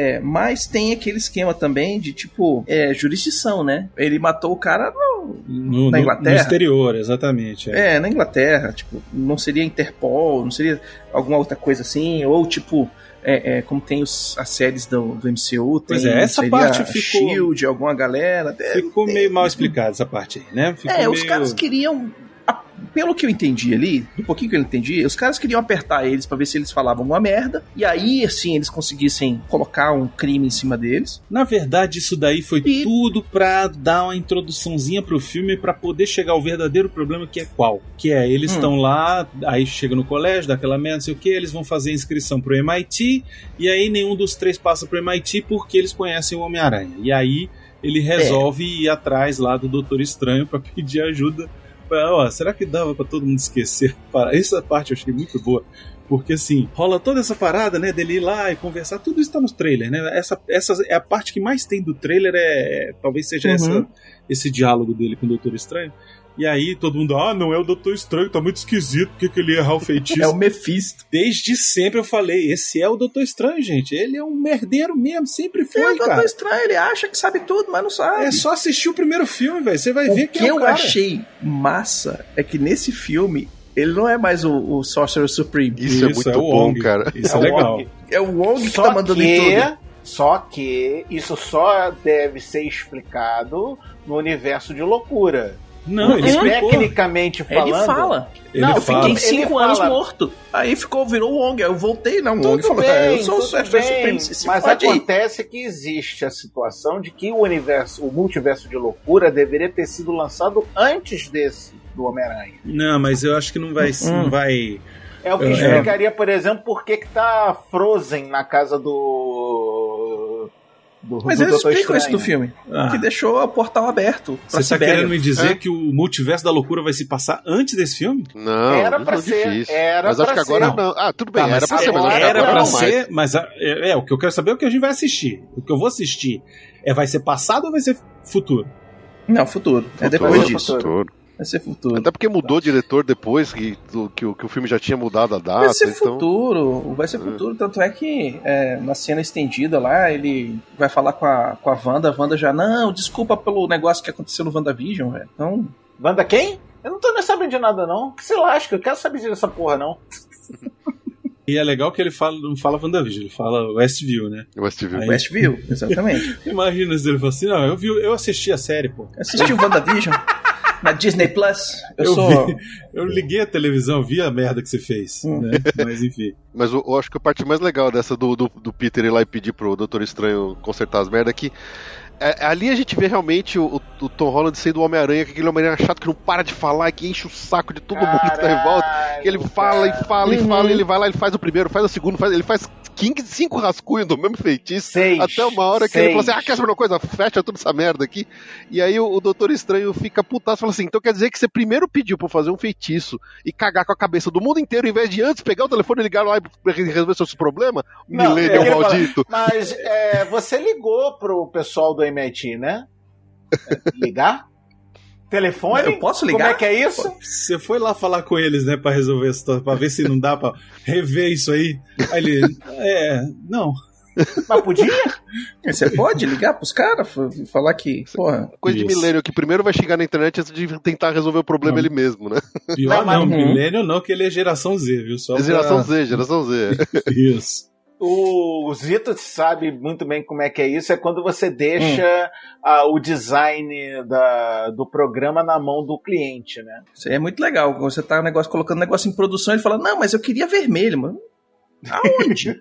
Mas tem aquele esquema também de, tipo, jurisdição, né? Ele matou o cara na Inglaterra. No exterior, exatamente. Na Inglaterra, tipo, não seria Interpol, não seria alguma outra coisa assim, ou tipo... como tem as séries do MCU, tem, pois essa parte ficou... SHIELD, alguma galera... Ficou meio mal explicada essa parte aí, né? Os caras queriam... Pelo que eu entendi ali, do pouquinho que eu entendi, os caras queriam apertar eles pra ver se eles falavam uma merda, e aí, assim, eles conseguissem colocar um crime em cima deles. Na verdade, isso daí foi tudo pra dar uma introduçãozinha pro filme, pra poder chegar ao verdadeiro problema, que é qual? Que é, eles estão lá, aí chega no colégio, daquela merda, não sei o que, eles vão fazer a inscrição pro MIT, e aí nenhum dos 3 passa pro MIT porque eles conhecem o Homem-Aranha. E aí, ele resolve ir atrás lá do Doutor Estranho pra pedir ajuda. Será que dava pra todo mundo esquecer? Essa parte eu achei muito boa. Porque assim, rola toda essa parada, né, dele ir lá e conversar, tudo isso tá no trailer, né? Essa é a parte que mais tem do trailer, talvez seja esse diálogo dele com o Doutor Estranho. E aí todo mundo, não é o Doutor Estranho, tá muito esquisito, por que ele ia errar o feitiço? É o Mephisto. Desde sempre eu falei, esse é o Doutor Estranho, gente. Ele é um merdeiro mesmo, sempre foi, cara. É o Doutor Estranho, ele acha que sabe tudo, mas não sabe. É só assistir o primeiro filme, velho, você vai ver que é o cara. O que eu achei massa é que nesse filme, ele não é mais o Sorcerer Supreme. Isso é muito bom, cara. Isso é legal. É o Wong que tá mandando em tudo. Só que isso só deve ser explicado no universo de loucura. Não, ele explicou. Tecnicamente falando... Ele fala. Eu fiquei 5 anos morto. Aí virou o Wong. Aí eu voltei, não. O Wong falou, eu sou o Sorcerer Supreme. Mas acontece que existe a situação de que o multiverso de loucura deveria ter sido lançado antes do Homem-Aranha. Não, mas eu acho que não vai... É o que explicaria, por exemplo, por que tá Frozen na casa do Mas eles explicam isso do filme, que deixou o portal aberto pra Você tá querendo me dizer que o Multiverso da Loucura vai se passar antes desse filme? Não, era pra ser. difícil. Era mas acho que agora não. Ah, tudo bem, era pra ser, mas acho que era agora pra não ser, mais. mas o que eu quero saber é o que a gente vai assistir. O que eu vou assistir vai ser passado ou vai ser futuro? Não, futuro. É depois disso. Futuro. Vai ser futuro. Até porque mudou o diretor depois que o filme já tinha mudado a data. Vai ser então... futuro. Vai ser futuro. Tanto é que na cena estendida lá, ele vai falar com a Wanda. A Wanda já, não, desculpa pelo negócio que aconteceu no WandaVision, velho. Então... Wanda quem? Eu não tô nem sabendo de nada, não. Que se lasca, eu quero saber dessa porra, não. E é legal que ele não fala WandaVision, ele fala Westview, né? Westview, exatamente. Imagina se ele fala assim, não, eu assisti a série, pô. Assisti o WandaVision na Disney Plus. Eu liguei a televisão, vi a merda que você fez, né? Mas enfim. Mas eu acho que a parte mais legal dessa do Peter ir lá e pedir pro Doutor Estranho consertar as merdas é que ali a gente vê realmente o Tom Holland sendo o Homem-Aranha, que aquele Homem-Aranha chato que não para de falar, que enche o saco de todo mundo que tá em volta, que ele fala e fala e fala, e ele vai lá, ele faz o primeiro, faz o segundo, ele faz 5 rascunhos do mesmo feitiço, até uma hora que ele fala assim, quer saber uma coisa? Fecha toda essa merda aqui. E aí o Doutor Estranho fica putaço e fala assim, então quer dizer que você primeiro pediu pra eu fazer um feitiço e cagar com a cabeça do mundo inteiro, em vez de antes pegar o telefone e ligar lá e resolver seus problemas? Milênio maldito. Mas você ligou pro pessoal do MIT, né? Ligar? Telefone? Eu posso ligar? Como é que é isso? Você foi lá falar com eles, né, pra resolver a situação, pra ver se não dá pra rever isso aí. Aí ele, não. Mas podia? Você pode ligar pros caras? Falar que, porra... Coisa de milênio, que primeiro vai chegar na internet antes de tentar resolver o problema ele mesmo, né? Pior não, milênio não, que ele é geração Z, viu? Só geração Z. Isso. O Zito sabe muito bem como é que é isso, é quando você deixa o design do programa na mão do cliente, né? Isso aí é muito legal, você tá colocando negócio em produção e ele fala, não, mas eu queria vermelho, mano. Aonde?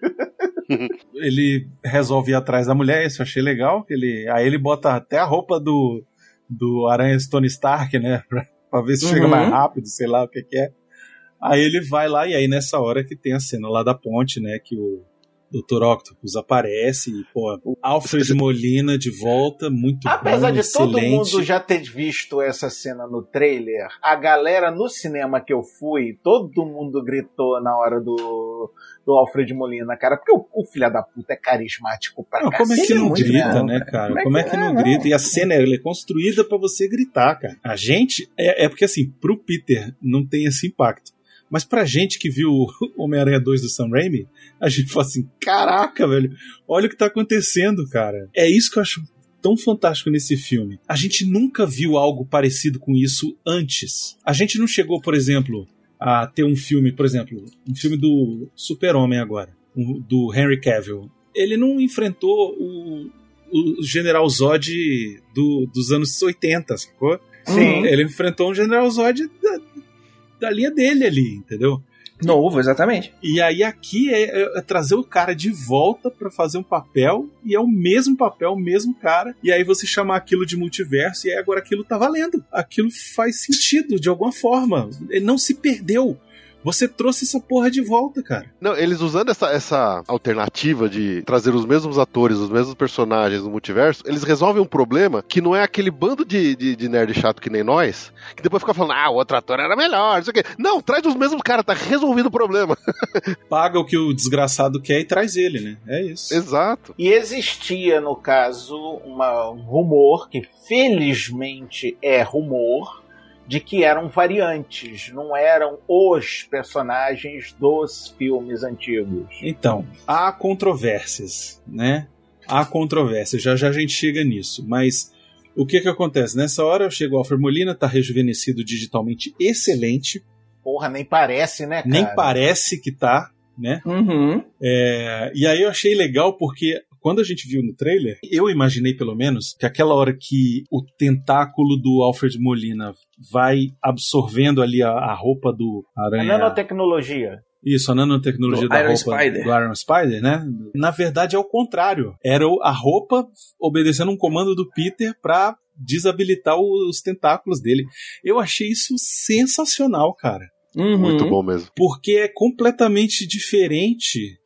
Ele resolve ir atrás da mulher, isso eu achei legal, aí ele bota até a roupa do Aranha Tony Stark, né, pra ver se chega mais rápido, sei lá o que é. Aí ele vai lá, e aí nessa hora que tem a cena lá da ponte, né, que o Dr. Octopus aparece e, pô, Alfred Molina de volta, muito Apesar bom, de excelente. todo mundo já ter visto essa cena no trailer, a galera no cinema que eu fui, todo mundo gritou na hora do Alfred Molina, cara, porque o filho da puta é carismático pra caralho. Como é que não grita, né, cara? Como é que não grita? E a cena ela é construída pra você gritar, cara. A gente, porque assim, pro Peter não tem esse impacto. Mas pra gente que viu o Homem-Aranha 2 do Sam Raimi, a gente fala assim, caraca, velho, olha o que tá acontecendo, cara. É isso que eu acho tão fantástico nesse filme. A gente nunca viu algo parecido com isso antes. A gente não chegou, por exemplo, a ter um filme, por exemplo, um filme do Super-Homem agora, do Henry Cavill. Ele não enfrentou o General Zod dos anos 80, sacou? Sim. Ele enfrentou um General Zod da linha dele ali, entendeu? Novo, exatamente. E aí aqui é trazer o cara de volta pra fazer um papel, e é o mesmo papel, o mesmo cara, e aí você chamar aquilo de multiverso, e aí agora aquilo tá valendo. Aquilo faz sentido, de alguma forma. Ele não se perdeu. Você trouxe essa porra de volta, cara. Não, eles usando essa alternativa de trazer os mesmos atores, os mesmos personagens no multiverso, eles resolvem um problema que não é aquele bando de nerd chato que nem nós, que depois fica falando, o outro ator era melhor, não sei o quê. Não, traz os mesmos caras, tá resolvido o problema. Paga o que o desgraçado quer e traz ele, né? É isso. Exato. E existia, no caso, um rumor, que felizmente é rumor, de que eram variantes, não eram os personagens dos filmes antigos. Então, há controvérsias, né? Há controvérsias, já a gente chega nisso, mas o que acontece? Nessa hora chega o Alfred Molina, tá rejuvenescido digitalmente excelente. Porra, nem parece, né, cara? Nem parece que tá, né? E aí eu achei legal porque quando a gente viu no trailer, eu imaginei pelo menos que aquela hora que o tentáculo do Alfred Molina vai absorvendo ali a roupa do Aranha... A nanotecnologia. Isso, a nanotecnologia da roupa do Iron Spider, né? Na verdade é o contrário. Era a roupa obedecendo um comando do Peter pra desabilitar os tentáculos dele. Eu achei isso sensacional, cara. Muito bom mesmo. Porque é completamente diferente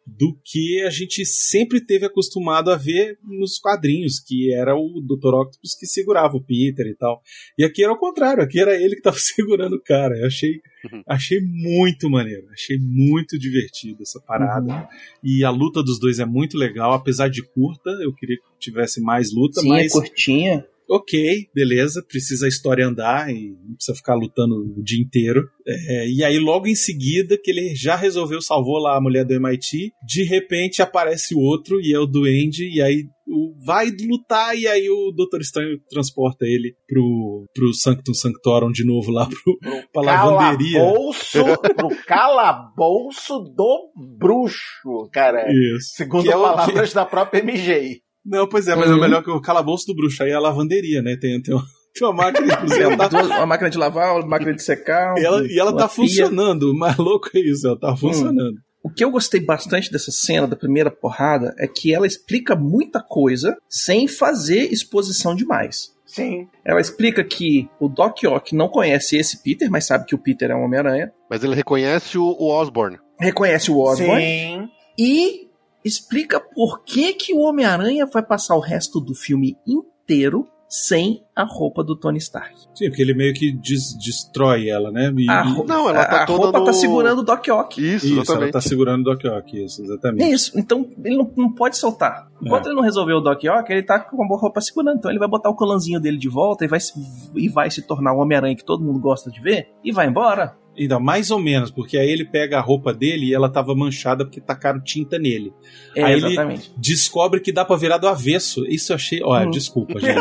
do que a gente sempre teve acostumado a ver nos quadrinhos, que era o Dr. Octopus que segurava o Peter e tal. E aqui era o contrário, aqui era ele que tava segurando o cara. Eu achei muito maneiro, achei muito divertido essa parada. E a luta dos dois é muito legal, apesar de curta, eu queria que tivesse mais luta. Sim, mas é curtinha. Ok, beleza, precisa a história andar e não precisa ficar lutando o dia inteiro. E aí logo em seguida que ele já salvou lá a mulher do MIT, de repente aparece o outro e é o Duende, e aí vai lutar, e aí o Doutor Estranho transporta ele pro Sanctum Sanctorum de novo lá pra lavanderia. Pro calabouço do bruxo, cara. Isso. Segundo palavras da própria MJ. Não, pois é, mas é o melhor que o calabouço do bruxo aí é a lavanderia, né? Tem uma máquina, inclusive. Uma máquina de lavar, uma máquina de secar. E ela tá funcionando. O mais louco é isso, ela tá funcionando. O que eu gostei bastante dessa cena, da primeira porrada, é que ela explica muita coisa sem fazer exposição demais. Sim. Ela explica que o Doc Ock não conhece esse Peter, mas sabe que o Peter é um Homem-Aranha. Mas ele reconhece o Osborn. Reconhece o Osborn. Sim. E explica por que o Homem-Aranha vai passar o resto do filme inteiro sem a roupa do Tony Stark. Sim, porque ele meio que destrói ela, né? Não, ela tá a toda roupa tá segurando o Doc Ock. Isso, ela tá segurando o Doc Ock, isso, exatamente. É isso, então ele não pode soltar. Enquanto ele não resolver o Doc Ock, ele tá com a roupa segurando. Então ele vai botar o colanzinho dele de volta e vai se tornar o Homem-Aranha que todo mundo gosta de ver e vai embora. Ainda mais ou menos, porque aí ele pega a roupa dele e ela tava manchada porque tacaram tinta nele. Aí exatamente. Ele descobre que dá pra virar do avesso. Isso eu achei... Olha, desculpa, gente.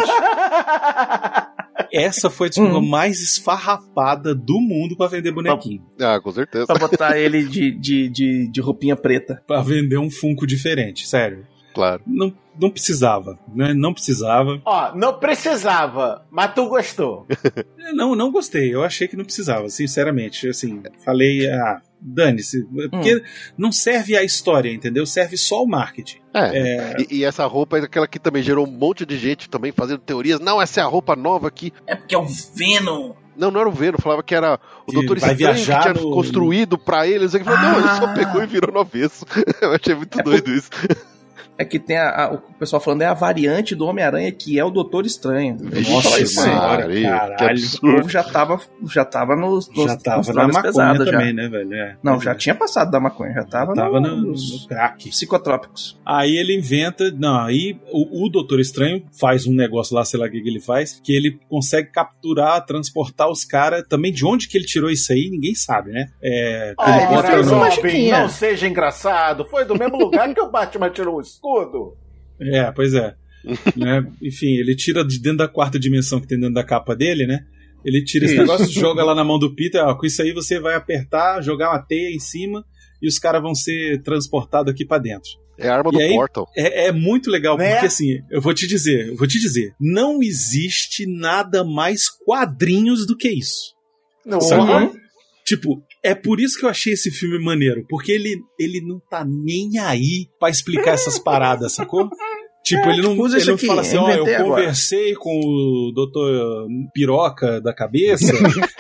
Essa foi a desculpa mais esfarrapada do mundo pra vender bonequinho. Com certeza. Pra botar ele de roupinha preta. Pra vender um Funko diferente, sério. Claro. Não precisava, né? Não precisava. Não precisava, mas tu gostou. Não gostei. Eu achei que não precisava, sinceramente. Assim, falei, dane-se. Porque não serve a história, entendeu? Serve só o marketing. E essa roupa é aquela que também gerou um monte de gente também fazendo teorias. Não, essa é a roupa nova aqui. É porque é o Venom. Não era o Venom, falava que era o Doutor Estranho que tinha construído pra eles. Ele falou, não, ele só pegou e virou no avesso. Eu achei muito doido isso. É que tem o pessoal falando é a variante do Homem-Aranha, que é o Doutor Estranho. Nossa senhora, caralho. O povo já tava na maconha pesadas também, já. né, velho? Não, já tinha passado da maconha, já tava no crack. Psicotrópicos. Aí ele inventa, aí o Doutor Estranho faz um negócio lá, sei lá o que ele faz, que ele consegue capturar, transportar os caras, também de onde que ele tirou isso aí, ninguém sabe, né? Robin, não seja engraçado, foi do mesmo lugar que o Batman tirou o escudo. Pois é. Né? Enfim, ele tira de dentro da quarta dimensão que tem dentro da capa dele, né? Ele tira esse negócio, joga lá na mão do Peter, com isso aí você vai apertar, jogar uma teia em cima e os caras vão ser transportados aqui pra dentro. É a arma do Portal. É muito legal, porque assim, eu vou te dizer, não existe nada mais quadrinhos do que isso. Não. Tipo, é por isso que eu achei esse filme maneiro, porque ele não tá nem aí pra explicar essas paradas, sacou? Tipo, ele não fala assim, eu conversei com o Dr. Piroca da cabeça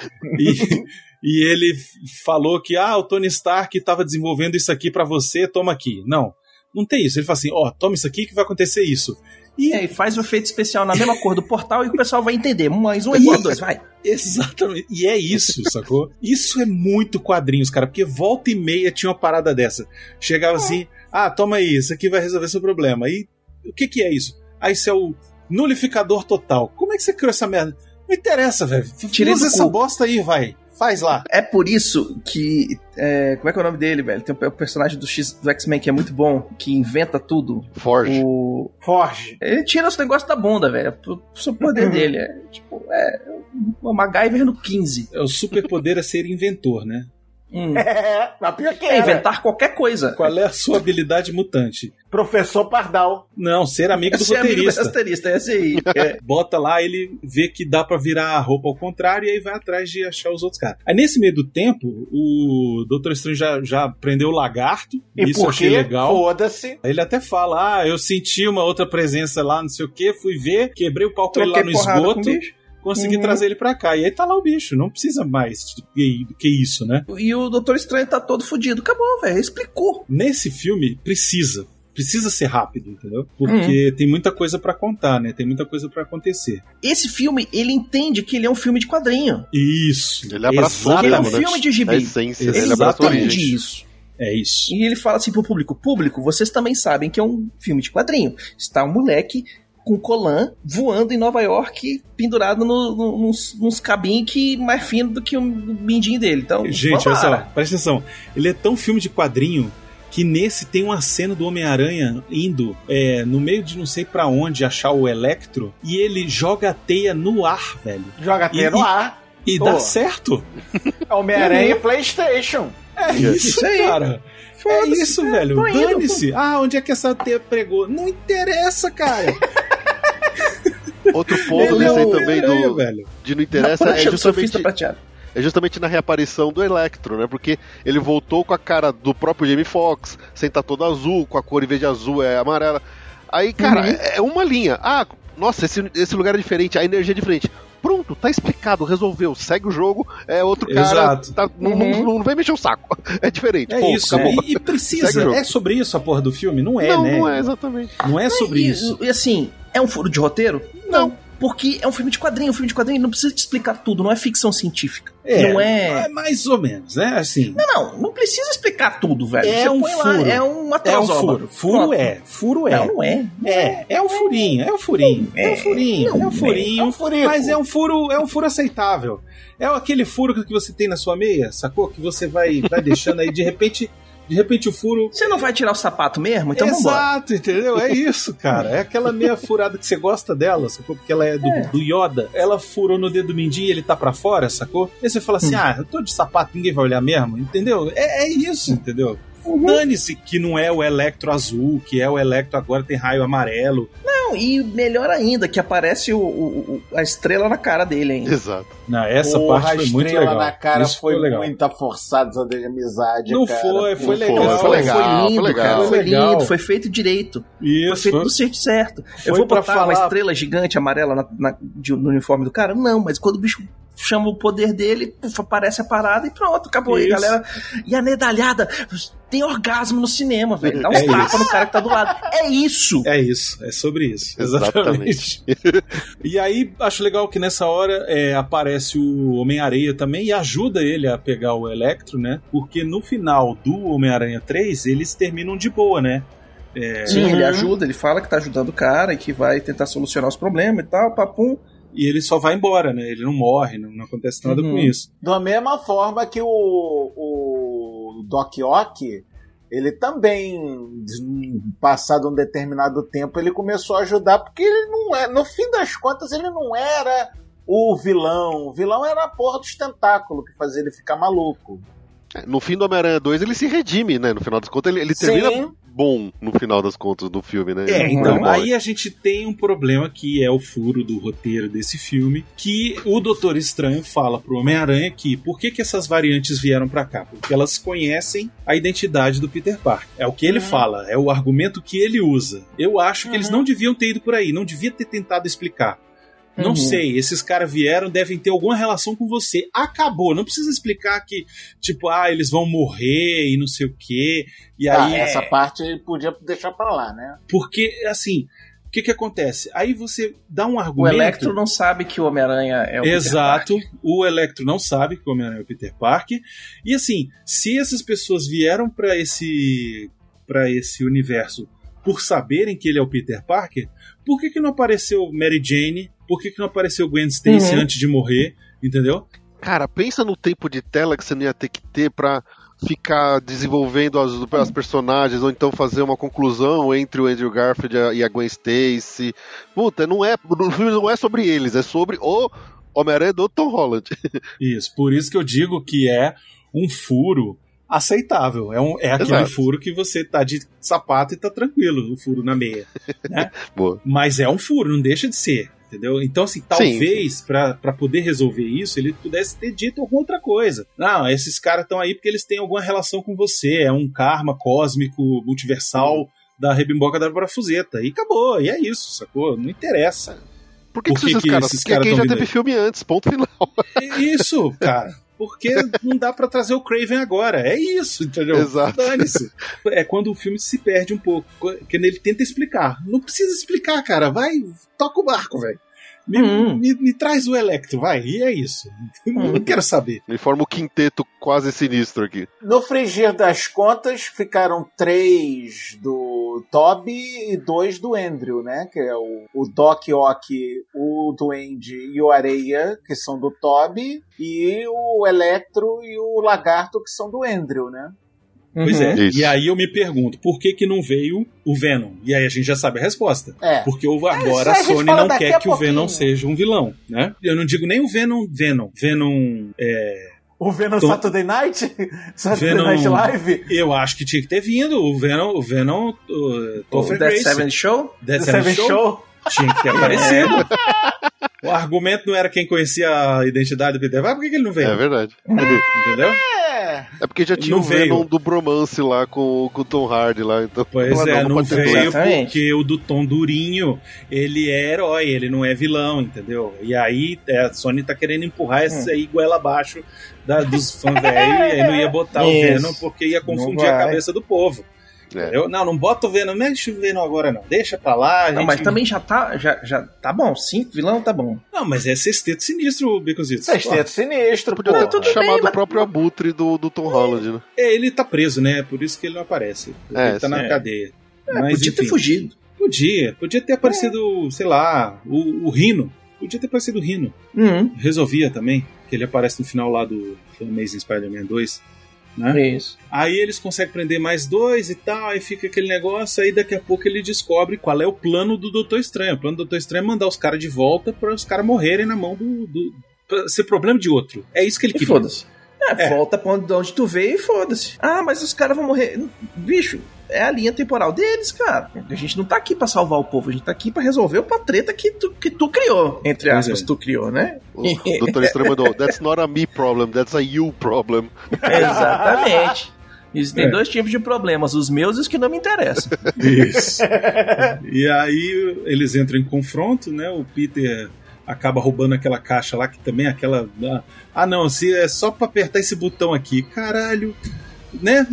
e ele falou que, o Tony Stark tava desenvolvendo isso aqui pra você, toma aqui. Não tem isso. Ele fala assim, toma isso aqui que vai acontecer isso. E faz o efeito especial na mesma cor do portal e o pessoal vai entender. Mais um é igual a dois, vai. Exatamente. E é isso, sacou? Isso é muito quadrinhos, cara, porque volta e meia tinha uma parada dessa. Chegava assim, toma aí, isso aqui vai resolver seu problema. E o que é isso? Isso é o nulificador total. Como é que você criou essa merda? Não interessa, velho. Usa essa bosta aí, vai. Faz lá. É por isso que... como é que é o nome dele, velho? Tem um personagem do X-Men que é muito bom, que inventa tudo. Forge. Forge. Ele tira os negócios da bunda, velho. O poder dele é o MacGyver no 15. O superpoder é ser inventor, né? Mas pior que era. Inventar qualquer coisa. Qual é a sua habilidade mutante? Professor Pardal. Não, ser amigo do roteirista. Roteirista, esse aí. Bota lá, ele vê que dá pra virar a roupa ao contrário e aí vai atrás de achar os outros caras. Aí nesse meio do tempo, o Doutor Estranho já prendeu o lagarto. E isso eu achei legal. Foda-se. Aí ele até fala, eu senti uma outra presença lá, não sei o que, fui ver, quebrei o pau com ele lá no esgoto. consegui trazer ele pra cá. E aí tá lá o bicho, não precisa mais do que isso, né? E o Doutor Estranho tá todo fudido. Acabou, velho, explicou. Nesse filme, precisa ser rápido, entendeu? Porque tem muita coisa pra contar, né? Tem muita coisa pra acontecer. Esse filme, ele entende que ele é um filme de quadrinho. Isso. Ele abraçou Ele é um mesmo, né? filme de gibi. A essência, Ele ele abraçou a origem. entende isso. É isso. E ele fala assim pro público, vocês também sabem que é um filme de quadrinho. Está um moleque com colã voando em Nova York, pendurado nos cabinhos que mais fino do que o mindinho dele. Então, gente, olha só, presta atenção. Ele é tão filme de quadrinho que nesse tem uma cena do Homem-Aranha indo no meio de não sei pra onde achar o Electro e ele joga a teia no ar, velho. Joga a teia no ar. E dá certo. Homem-Aranha PlayStation. É isso aí, cara. É isso, velho. Dane-se. Onde é que essa teia pregou? Não interessa, cara. Outro ponto desse aí também de não interessa é justamente na reaparição do Electro, né? Porque ele voltou com a cara do próprio Jamie Foxx, sem estar todo azul, com a cor em vez de azul é amarela. Aí, cara, é uma linha. Nossa, esse lugar é diferente, a energia é diferente. Pronto, tá explicado, resolveu, segue o jogo, é outro cara. Exato. Não vem mexer o saco. É diferente. É isso, acabou. E precisa. É sobre isso a porra do filme? Não é, né? Não é exatamente. Não é sobre isso. E assim, é um furo de roteiro? Não. Porque é um filme de quadrinho. Um filme de quadrinho não precisa te explicar tudo, não é ficção científica. Não é mais ou menos, né? Assim. Não precisa explicar tudo, velho. É um furo. Lá, é uma trozoba. Furo é. Não é. É um furinho. É um furinho. Mas é um furo aceitável. É aquele furo que você tem na sua meia, sacou? Que você vai deixando aí, de repente o furo... Você não vai tirar o sapato mesmo? Então vambora. Exato, entendeu? É isso, cara. É aquela meia furada que você gosta dela, sacou? Porque ela é do Yoda. Ela furou no dedo mindinho e ele tá pra fora, sacou? Aí você fala assim, eu tô de sapato, ninguém vai olhar mesmo, entendeu? É isso, entendeu? Dane-se que não é o Electro azul, que é o Electro agora tem raio amarelo. Não, e melhor ainda, que aparece a estrela na cara dele ainda. Exato. Não, essa parte foi muito legal. A estrela na cara isso foi legal. Muita forçada de amizade, não cara. Foi legal. Foi lindo, foi cara. legal. Foi lindo, foi feito direito. Isso. Foi feito do jeito certo. Eu vou botar uma estrela gigante amarela no uniforme do cara? Não, mas quando o bicho chama o poder dele, aparece a parada e pronto, acabou aí, galera. E a medalhada tem orgasmo no cinema, velho. Dá uns tapas no cara que tá do lado. É isso. É sobre isso. Exatamente. E aí, acho legal que nessa hora aparece o Homem-Areia também e ajuda ele a pegar o Electro, né? Porque no final do Homem-Aranha 3, eles terminam de boa, né? Sim, ele ajuda, ele fala que tá ajudando o cara e que vai tentar solucionar os problemas e tal, papum. E ele só vai embora, né? Ele não morre, não acontece nada com isso. Da mesma forma que o Doc Ock, ele também, passado um determinado tempo, ele começou a ajudar, porque ele não é, no fim das contas, ele não era o vilão. O vilão era a porra dos tentáculos que fazia ele ficar maluco. No fim do Homem-Aranha 2 ele se redime, né? No final das contas ele termina bom no final das contas do filme, né? Então aí a gente tem um problema que é o furo do roteiro desse filme, que o Doutor Estranho fala pro Homem-Aranha que por que essas variantes vieram pra cá? Porque elas conhecem a identidade do Peter Parker. É o que ele fala, é o argumento que ele usa. Eu acho que eles não deviam ter ido por aí, não devia ter tentado explicar. Não sei, esses caras vieram, devem ter alguma relação com você. Acabou, não precisa explicar que, tipo, eles vão morrer e não sei o quê. E aí essa parte podia deixar pra lá, né? Porque, assim, o que acontece? Aí você dá um argumento... O Electro não sabe que o Homem-Aranha é o Peter Parker. Exato, o Electro não sabe que o Homem-Aranha é o Peter Parker. E assim, se essas pessoas vieram pra esse universo por saberem que ele é o Peter Parker, por que não apareceu Mary Jane? Por que não apareceu Gwen Stacy antes de morrer? Entendeu? Cara, pensa no tempo de tela que você não ia ter que ter pra ficar desenvolvendo as personagens, ou então fazer uma conclusão entre o Andrew Garfield e a Gwen Stacy. Puta, o filme não é sobre eles, é sobre o Homem-Aranha do Tom Holland. Isso, por isso que eu digo que é um furo aceitável. É aquele furo que você tá de sapato e tá tranquilo, o furo na meia. Né? Boa. Mas é um furo, não deixa de ser. Entendeu? Então, assim, talvez pra poder resolver isso, ele pudesse ter dito alguma outra coisa. Não, esses caras estão aí porque eles têm alguma relação com você. É um karma cósmico, multiversal da rebimboca da parafuseta. E acabou, e é isso, sacou? Não interessa. Por que esses caras? Porque quem já teve filme antes, ponto final. Isso, cara. Porque não dá pra trazer o Craven agora. É isso, entendeu? Exato. Dane-se. É quando o filme se perde um pouco. Quando ele tenta explicar. Não precisa explicar, cara. Vai, toca o barco, velho. Me traz o Electro, vai. E é isso. Não quero saber. Me forma o quinteto quase sinistro aqui. No frigir das contas, ficaram 3 do Toby e 2 do Andrew, né? Que é o Doc Ock, o Duende e o Areia, que são do Toby, e o Electro e o Lagarto, que são do Andrew, né? Pois é, isso. E aí eu me pergunto, por que não veio o Venom? E aí a gente já sabe a resposta. Porque agora a Sony não quer que o Venom seja um vilão, né? Eu não digo nem o Venom o Venom Saturday Night? Saturday Night Live? Eu acho que tinha que ter vindo o Venom o Death Seven Show? Death Seven Show? Tinha que ter aparecido. O argumento não era quem conhecia a identidade do Peter Parker, por que ele não veio? É verdade. Entendeu? É porque já tinha o Venom do bromance lá com o Tom Hardy lá. Então, pois não veio porque o do Tom Durinho, ele é herói, ele não é vilão, entendeu? E aí a Sony tá querendo empurrar essa aí goela abaixo dos fãs velhos, e aí não ia botar o Venom porque ia confundir a cabeça do povo. Não bota o Venom, não mexe o Venom agora não, deixa pra lá. Mas também já tá bom, 5 vilão tá bom. Não, mas é Sexteto Sinistro, Bicositos. Sexteto Sinistro, podia ter chamado o próprio Abutre do Tom Holland, né? Ele tá preso, né, por isso que ele não aparece. Ele tá na cadeia. Mas, podia ter fugido. Podia ter aparecido, sei lá, o Rhino. Podia ter aparecido o Rhino. Resolvia também, que ele aparece no final lá do Amazing Spider-Man 2. Né? Isso. Aí eles conseguem prender mais 2 e tal, aí fica aquele negócio, aí daqui a pouco ele descobre qual é o plano do Doutor Estranho. O plano do Doutor Estranho é mandar os caras de volta para os caras morrerem na mão pra ser problema de outro. É isso que ele queria. Foda-se. Volta pra onde tu veio e foda-se. Mas os caras vão morrer. Bicho, é a linha temporal deles, cara. A gente não tá aqui pra salvar o povo, a gente tá aqui pra resolver a treta que tu criou. Entre aspas, tu criou, né? O Doutor Estranho mandou, that's not a me problem, that's a you problem. Exatamente. Existem 2 tipos de problemas, os meus e os que não me interessam. Isso. E aí eles entram em confronto, né? O Peter acaba roubando aquela caixa lá, que também é aquela... não, se é só pra apertar esse botão aqui. Caralho, né?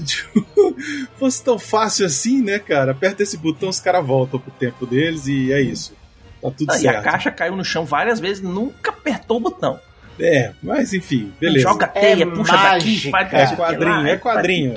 Fosse tão fácil assim, né, cara? Aperta esse botão, os caras voltam pro tempo deles e é isso. Tá tudo certo. E a caixa caiu no chão várias vezes, nunca apertou o botão. Mas enfim, beleza. Joga teia, puxa daqui, faz quadrinho.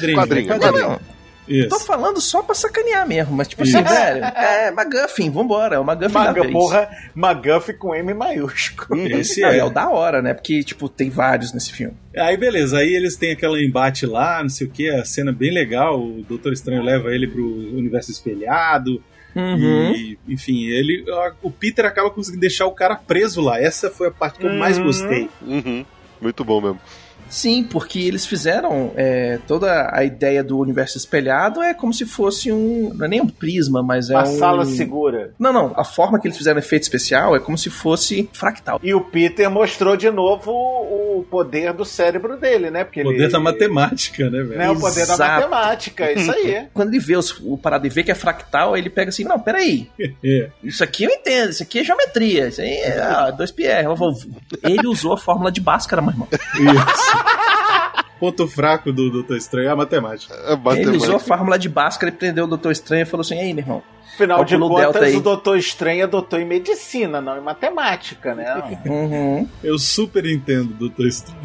Isso. Tô falando só pra sacanear mesmo, mas tipo assim, velho, MacGuffin, vambora, é o MacGuffin da vez. MacGuffin com M maiúsculo. Esse é o da hora, né, porque tipo, tem vários nesse filme. Aí beleza, aí eles têm aquele embate lá, não sei o que, a cena bem legal, o Doutor Estranho leva ele pro universo espelhado. E, enfim, o Peter acaba conseguindo deixar o cara preso lá. Essa foi a parte que eu mais gostei. Muito bom mesmo. Sim, porque eles fizeram toda a ideia do universo espelhado é como se fosse não é nem um prisma, mas uma sala segura. Não, a forma que eles fizeram efeito especial é como se fosse fractal. E o Peter mostrou de novo o poder do cérebro dele, né? Porque o poder da matemática, né, velho? O poder da matemática, isso aí. Quando ele vê o parado e vê que é fractal, ele pega assim, não, peraí, isso aqui eu entendo, isso aqui é geometria, isso aí é 2πr. Ele usou a fórmula de Bhaskara, meu irmão. Isso. Ponto fraco do Doutor Estranho é a matemática. Ele usou a fórmula de Bhaskara e prendeu o Doutor Estranho e falou assim, aí, meu irmão, afinal de contas, o Doutor Estranho é doutor em medicina, não em matemática, né? Eu super entendo o Doutor Estranho.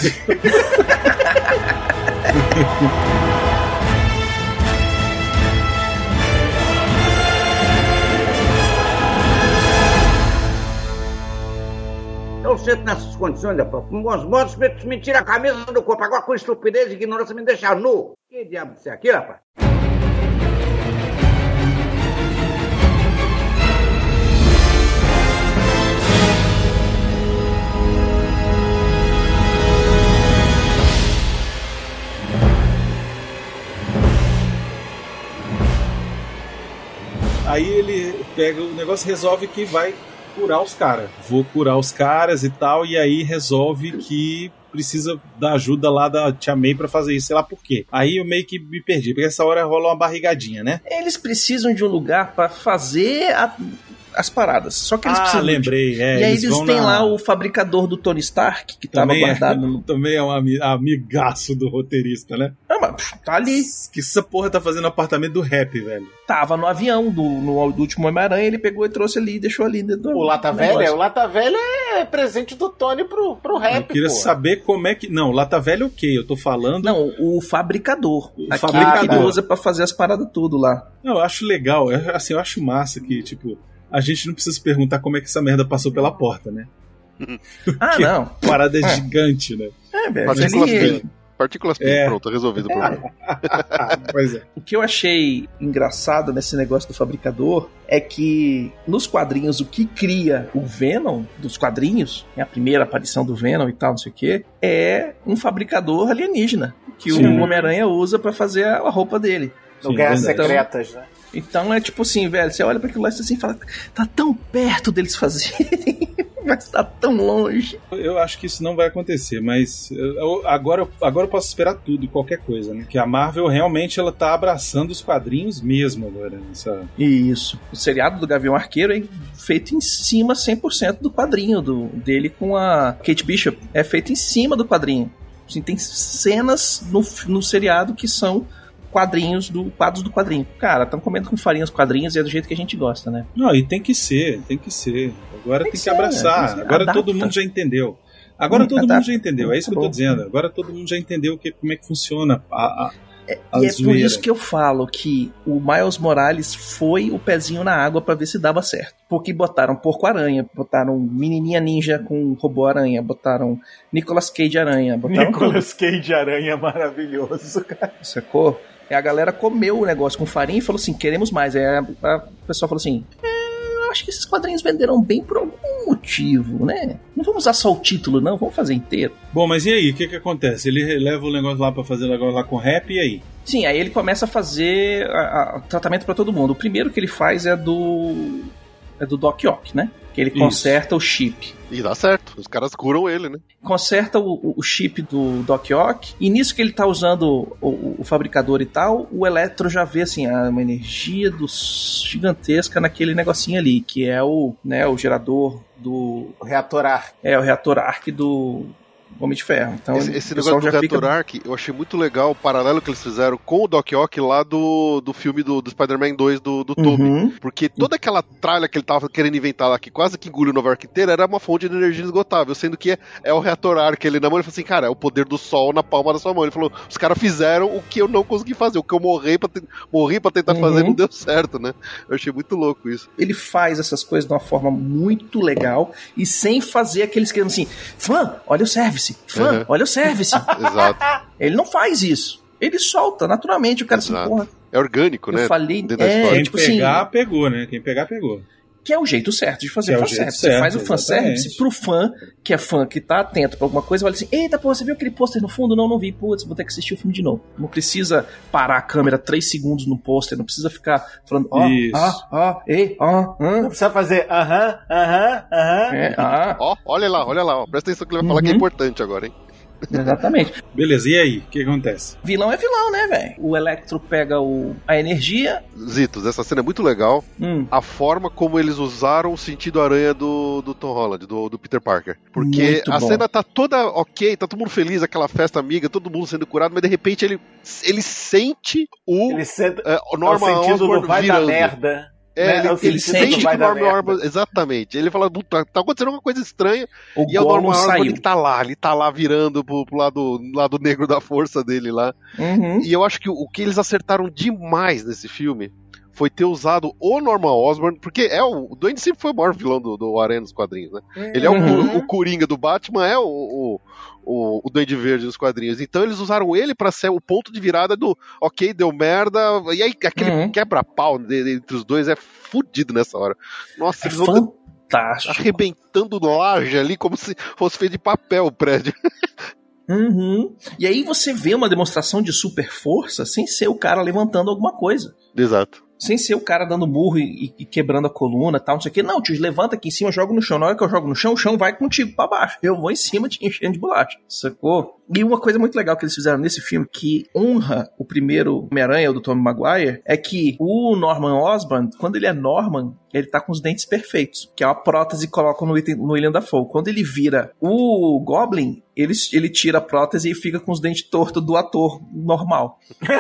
Eu sento nessas condições, com bons modos, me tira a camisa do corpo. Agora, com estupidez e ignorância, me deixa nu. Que diabo isso é aqui, rapaz? Aí ele pega o negócio, resolve que vai curar os caras. Vou curar os caras e tal, e aí resolve que precisa da ajuda lá da Tia May pra fazer isso, sei lá por quê. Aí eu meio que me perdi, porque essa hora rola uma barrigadinha, né? Eles precisam de um lugar pra fazer as paradas. Só que eles precisam. Lembrei. E aí eles têm lá o fabricador do Tony Stark, que tava guardado. Também é um amigaço do roteirista, né? Mas tá ali. Que essa porra tá fazendo apartamento do Rap, velho. Tava no avião do último Homem-Aranha, ele pegou e trouxe ali e deixou ali dentro do. O Lata Velha é presente do Tony pro Rap. Eu queria saber como é que. Não, Lata Velha ok, eu tô falando. Não, o fabricador. Aquele que ele usa pra fazer as paradas tudo lá. Não, eu acho legal. Assim, eu acho massa que, tipo, a gente não precisa se perguntar como é que essa merda passou pela porta, né? Não. Parada gigante, né? Velho. Partículas PIN, pronto, resolvido o problema. Pois é. O que eu achei engraçado nesse negócio do fabricador é que nos quadrinhos o que cria o Venom dos quadrinhos, a primeira aparição do Venom e tal, não sei o que, é um fabricador alienígena que o Homem-Aranha usa pra fazer a roupa dele. No Guerras Secretas, né? Então é tipo assim, velho, você olha pra aquilo lá e assim, fala, tá tão perto deles fazerem, mas tá tão longe. Eu acho que isso não vai acontecer, mas agora eu posso esperar tudo, qualquer coisa, né? Que a Marvel realmente ela tá abraçando os quadrinhos mesmo agora. Isso. O seriado do Gavião Arqueiro é feito em cima 100% do quadrinho dele com a Kate Bishop. É feito em cima do quadrinho. Assim, tem cenas no seriado que são quadros do quadrinho. Cara, estão comendo com farinha os quadrinhos e é do jeito que a gente gosta, né? Não, e tem que ser. Agora tem que abraçar. Agora adapta. Todo mundo já entendeu. Mundo já entendeu, é isso que eu tô dizendo. Agora todo mundo já entendeu como é que funciona e é por isso que eu falo que o Miles Morales foi o pezinho na água pra ver se dava certo. Porque botaram Porco-Aranha, botaram Menininha Ninja com Robô-Aranha, botaram Nicolas Cage Aranha. Nicolas Cage Aranha é maravilhoso, cara. Sacou? E a galera comeu o negócio com farinha e falou assim, queremos mais. Aí o pessoal falou assim, eu acho que esses quadrinhos venderam bem por algum motivo, né? Não vamos usar só o título, não, vamos fazer inteiro. Bom, mas e aí, o que acontece? Ele leva o negócio lá pra fazer o negócio lá com o Rap, e aí? Sim, aí ele começa a fazer tratamento pra todo mundo. O primeiro que ele faz é do Doc Ock, né? Que ele conserta o chip. E dá certo, os caras curam ele, né? Conserta o chip do Doc Ock, e nisso que ele tá usando o fabricador e tal, o Electro já vê assim, uma energia gigantesca naquele negocinho ali, que é o gerador do... O reator Arc. É, o reator Arc do Homem de Ferro. Então, esse negócio do reator Arc, eu achei muito legal o paralelo que eles fizeram com o Doc Ock lá do filme do Spider-Man 2 do Tobey. Porque toda aquela tralha que ele tava querendo inventar lá, que quase que engoliu Nova York inteira, era uma fonte de energia esgotável, sendo que é o reator Arc. Ele na mão, ele falou assim, cara, é o poder do sol na palma da sua mão. Ele falou, os caras fizeram o que eu não consegui fazer, o que eu morri pra tentar fazer não deu certo, né? Eu achei muito louco isso. Ele faz essas coisas de uma forma muito legal e sem fazer aqueles que assim, fã, olha o service. Fã, olha o service. Exato. Ele não faz isso. Ele solta naturalmente. O cara assim, porra. É orgânico, né? Eu falei, quem tipo pegar, assim, pegou, né? Quem pegar, pegou. Que é o jeito certo de fazer fanservice. Você faz o fanservice pro fã, que é fã que tá atento pra alguma coisa, vai assim, eita, pô, você viu aquele pôster no fundo? Não vi. Putz, vou ter que assistir o filme de novo. Não precisa parar a câmera 3 segundos no pôster, não precisa ficar falando, Não precisa fazer olha lá, presta atenção que ele vai falar que é importante agora, hein? Exatamente. Beleza, e aí? O que acontece? Vilão é vilão, né, velho? O Electro pega a energia. Zitos, essa cena é muito legal. A forma como eles usaram o sentido aranha do Tom Holland, do Peter Parker. Porque muito a bom. cena tá toda ok, tá todo mundo feliz, aquela festa amiga, todo mundo sendo curado, mas de repente ele sente o Norman o sentido Osborn do vai virando. da merda. Ele sente que o Norman Osborn, exatamente. Ele fala, tá acontecendo alguma coisa estranha. E é o Norman Osborn que tá lá virando pro lado negro da força dele lá. E eu acho que o que eles acertaram demais nesse filme foi ter usado o Norman Osborn, porque o Duende sempre foi o maior vilão do Aranha nos quadrinhos, né? Ele é o Coringa do Batman, é o Duende Verde nos quadrinhos. Então eles usaram ele pra ser o ponto de virada do ok, deu merda, e aí aquele quebra-pau entre os dois é fudido nessa hora. Nossa, eles vão fantástico. Arrebentando laje ali como se fosse feito de papel o prédio. E aí você vê uma demonstração de super força sem ser o cara levantando alguma coisa. Exato. Sem ser o cara dando murro e quebrando a coluna e tal, não sei o que. Não, te levanta aqui em cima, eu jogo no chão. Na hora que eu jogo no chão, o chão vai contigo pra baixo. Eu vou em cima te enchendo de bolacha, sacou? E uma coisa muito legal que eles fizeram nesse filme, que honra o primeiro Homem-Aranha, o do Tobey Maguire, é que o Norman Osborn, quando ele é Norman, ele tá com os dentes perfeitos, que é uma prótese que colocam no William Dafoe. Quando ele vira o Goblin, ele tira a prótese e fica com os dentes tortos do ator normal.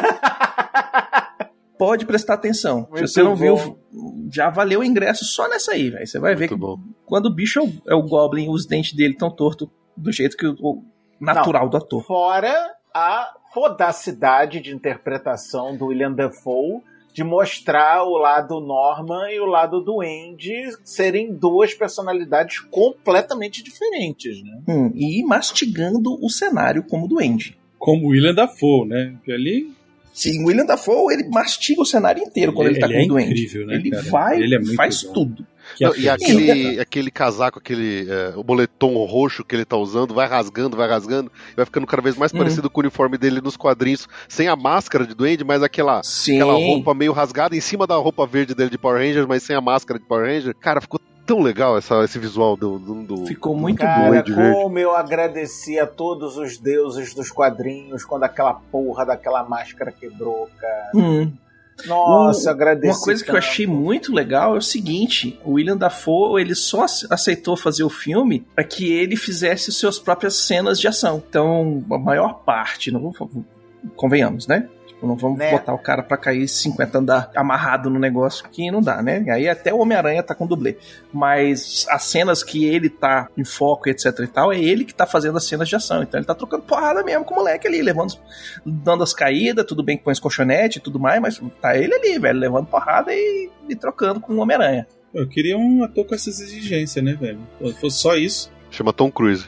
Pode prestar atenção. Muito Se você não viu, já valeu o ingresso só nessa aí, velho. Você vai ver que quando o bicho é o Goblin, os dentes dele estão tortos do jeito que o natural do ator. Fora a fodacidade de interpretação do William Dafoe de mostrar o lado Norman e o lado do Andy serem duas personalidades completamente diferentes, né? E mastigando o cenário como do Andy. Como o William Dafoe, né? Que ali... Sim, o William Dafoe, ele mastiga o cenário inteiro quando ele tá com o doente. Incrível, né, ele cara? vai, ele é muito faz bom. tudo. E aquele casaco, o moletom roxo que ele tá usando, vai rasgando, e vai ficando cada vez mais parecido com o uniforme dele nos quadrinhos, sem a máscara de duende, mas aquela roupa meio rasgada em cima da roupa verde dele de Power Ranger, mas sem a máscara de Power Ranger. Cara, ficou tão legal esse visual do ficou muito bom. Como eu agradeci a todos os deuses dos quadrinhos quando aquela porra daquela máscara quebrou, cara. Nossa, agradeci. Uma coisa que eu achei muito legal é o seguinte: o William Dafoe, ele só aceitou fazer o filme para que ele fizesse suas próprias cenas de ação. Então, a maior parte, convenhamos, né? Não vamos botar o cara pra cair 50 andar amarrado no negócio, que não dá, né? Aí até o Homem-Aranha tá com dublê. Mas as cenas que ele tá em foco, etc e tal, é ele que tá fazendo as cenas de ação. Então ele tá trocando porrada mesmo com o moleque ali, dando as caídas, tudo bem que põe os colchonetes e tudo mais, mas tá ele ali, velho, levando porrada e trocando com o Homem-Aranha. Eu queria um ator com essas exigências, né, velho? Se fosse só isso... Chama Tom Cruise.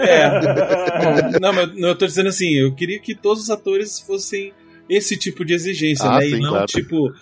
Não, mas eu tô dizendo assim, eu queria que todos os atores fossem esse tipo de exigência, né? Sim, e não claro. Tipo,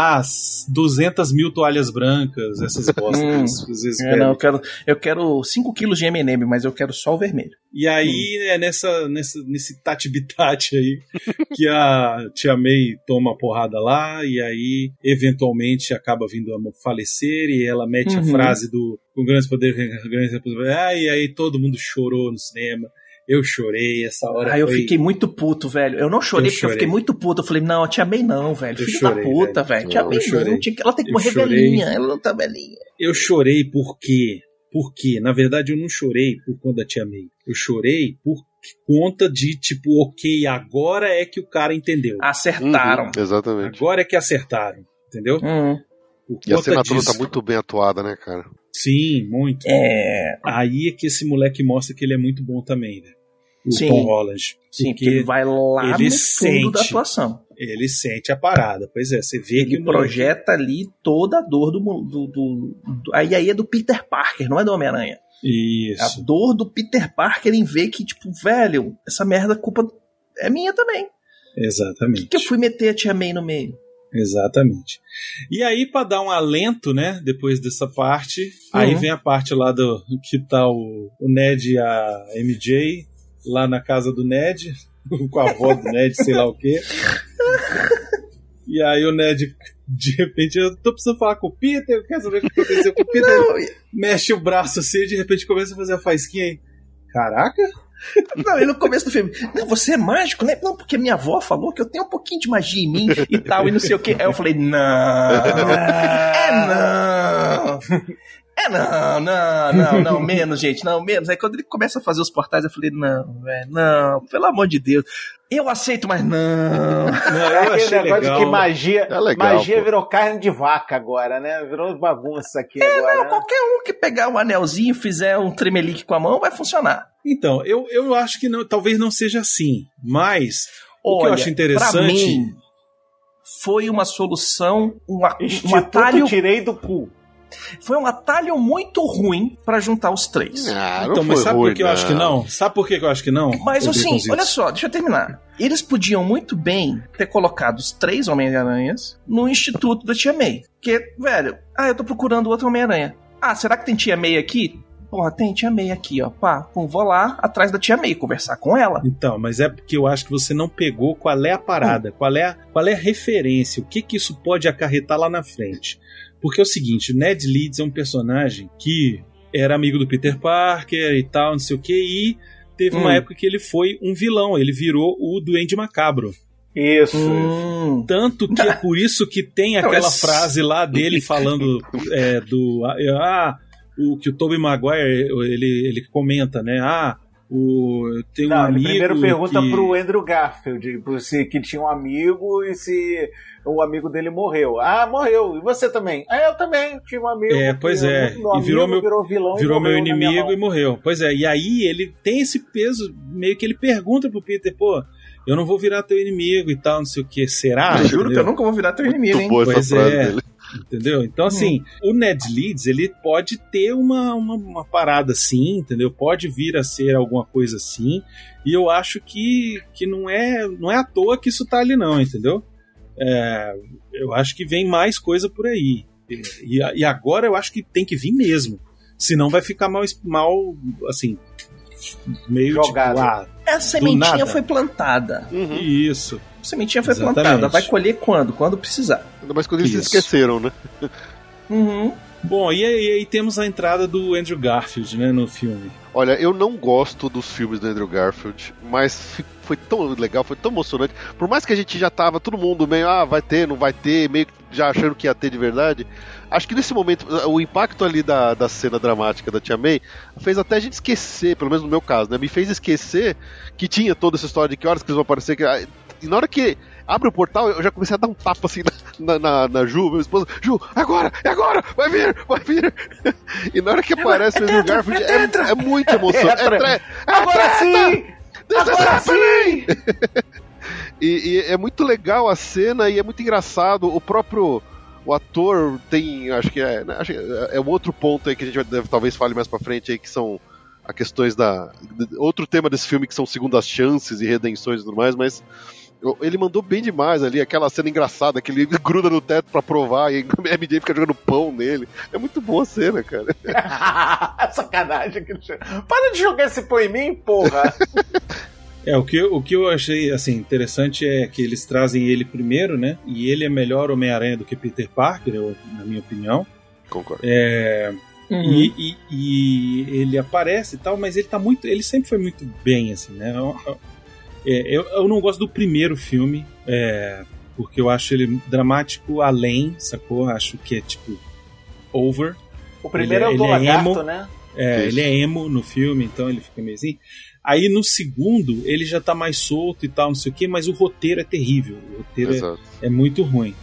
200 mil toalhas brancas, essas bostas. Não, eu quero 5 quilos de M&M, mas eu quero só o vermelho. E aí é nesse tati-bitati aí que a Tia May toma a porrada lá, e aí eventualmente acaba vindo a falecer, e ela mete a frase do com grandes poderes, e aí todo mundo chorou no cinema. Eu chorei essa hora. Eu fiquei muito puto, velho. Eu não chorei porque eu fiquei muito puto. Eu falei, não, a Tia May não, velho. Filho da puta, velho. Tia May não. Ela tem que morrer velhinha. Ela não tá velhinha. Eu chorei por quê? Porque, na verdade, eu não chorei por conta da Tia May. Eu chorei por conta de, tipo, ok, agora é que o cara entendeu. Acertaram. Exatamente. Agora é que acertaram. Entendeu? E a cena toda tá muito bem atuada, né, cara? Sim, muito. Aí é que esse moleque mostra que ele é muito bom também, né? Tom Holland. Sim, porque ele vai lá no fundo da atuação. Ele sente a parada. Pois é, você vê que ele projeta ali toda a dor aí é do Peter Parker, não é do Homem-Aranha. Isso. A dor do Peter Parker em ver que, tipo, velho, essa merda, a culpa é minha também. Exatamente. Por que eu fui meter a Tia May no meio? Exatamente. E aí, pra dar um alento, né, depois dessa parte, aí vem a parte lá que tá o Ned e a MJ lá na casa do Ned, com a avó do Ned, sei lá o quê. E aí o Ned, de repente, eu tô precisando falar com o Peter, eu quero saber o que aconteceu com o Peter. Mexe o braço assim e de repente começa a fazer a faisquinha aí. Caraca! Não, e no começo do filme, não, você é mágico, né? Não, porque minha avó falou que eu tenho um pouquinho de magia em mim e tal, e não sei o que. Aí eu falei, não, menos, gente, não, menos. Aí quando ele começa a fazer os portais, eu falei, não, velho, não, pelo amor de Deus. Eu aceito, mas não. Eu achei negócio legal. De que magia virou carne de vaca agora, né? Virou bagunça aqui agora. Não, né? qualquer um que pegar um anelzinho e fizer um tremelique com a mão vai funcionar. Então, eu acho que não, talvez não seja assim, mas o que eu acho interessante... Pra mim, foi uma solução, um atalho... tirei do cu. Foi um atalho muito ruim pra juntar os três. Então, mas sabe por que eu acho que não? Sabe por que eu acho que não? Mas assim, olha só, deixa eu terminar. Eles podiam muito bem ter colocado os 3 Homem-Aranhas no Instituto da Tia May. Porque, velho, eu tô procurando outro Homem-Aranha. Será que tem Tia May aqui? porra, tem Tia May aqui, ó. Pá, pum, vou lá atrás da Tia May conversar com ela. Então, mas é porque eu acho que você não pegou qual é a parada, qual é a referência, o que isso pode acarretar lá na frente. Porque é o seguinte, o Ned Leeds é um personagem que era amigo do Peter Parker e tal, não sei o que, e teve uma época que ele foi um vilão, ele virou o Duende Macabro. Isso. Tanto que é por isso que tem aquela frase lá dele falando o que o Tobey Maguire ele comenta, né? Tem um amigo. Ele primeiro pergunta pro Andrew Garfield se que tinha um amigo e se o amigo dele morreu. Morreu. E você também? Eu também tinha um amigo. Pois é. E virou vilão. Virou meu inimigo e morreu. Pois é. E aí ele tem esse peso, meio que ele pergunta pro Peter, pô, eu não vou virar teu inimigo e tal, não sei o que. Será? Eu juro que eu nunca vou virar teu inimigo, hein? Pois é. Dele. Entendeu? Então, assim, o Ned Leeds, ele pode ter uma parada assim, entendeu? Pode vir a ser alguma coisa assim. E eu acho que não é à toa que isso tá ali, não, entendeu? Eu acho que vem mais coisa por aí. E agora eu acho que tem que vir mesmo. Senão vai ficar mal assim, meio jogado. Essa sementinha foi plantada. Isso. A sementinha foi plantada. Vai colher quando? Quando precisar. Ainda mais quando eles se esqueceram, né? Bom, e aí temos a entrada do Andrew Garfield, né, no filme. Olha, eu não gosto dos filmes do Andrew Garfield, mas foi tão legal, foi tão emocionante. Por mais que a gente já tava, todo mundo meio, vai ter, não vai ter, meio que já achando que ia ter de verdade. Acho que nesse momento, o impacto ali da cena dramática da Tia May fez até a gente esquecer, pelo menos no meu caso, né? Me fez esquecer que tinha toda essa história de que horas que eles vão aparecer. E na hora que abre o portal, eu já comecei a dar um tapa assim na Ju, minha esposa. Ju, agora, vai vir. E na hora que aparece o Andrew Garfield, é muito emocionante. Agora sim! Agora sim! E é muito legal a cena e é muito engraçado. O ator tem, acho que é um outro ponto aí que a gente talvez fale mais pra frente aí, que são as questões outro tema desse filme, que são segundas chances e redenções e tudo mais, mas ele mandou bem demais ali, aquela cena engraçada que ele gruda no teto pra provar e a MJ fica jogando pão nele. É muito boa a cena, cara. Sacanagem. Para de jogar esse pão em mim, porra. O que eu achei assim, interessante é que eles trazem ele primeiro, né? E ele é melhor Homem-Aranha do que Peter Parker, na minha opinião. Concordo. E ele aparece e tal, mas ele sempre foi muito bem, assim, né? Eu não gosto do primeiro filme, porque eu acho ele dramático além, sacou? Acho que é tipo over. O primeiro é o do lagarto, emo, né? Ele é emo no filme, então ele fica meio assim. Aí no segundo, ele já tá mais solto e tal, não sei o que, mas o roteiro é terrível. O roteiro é muito ruim.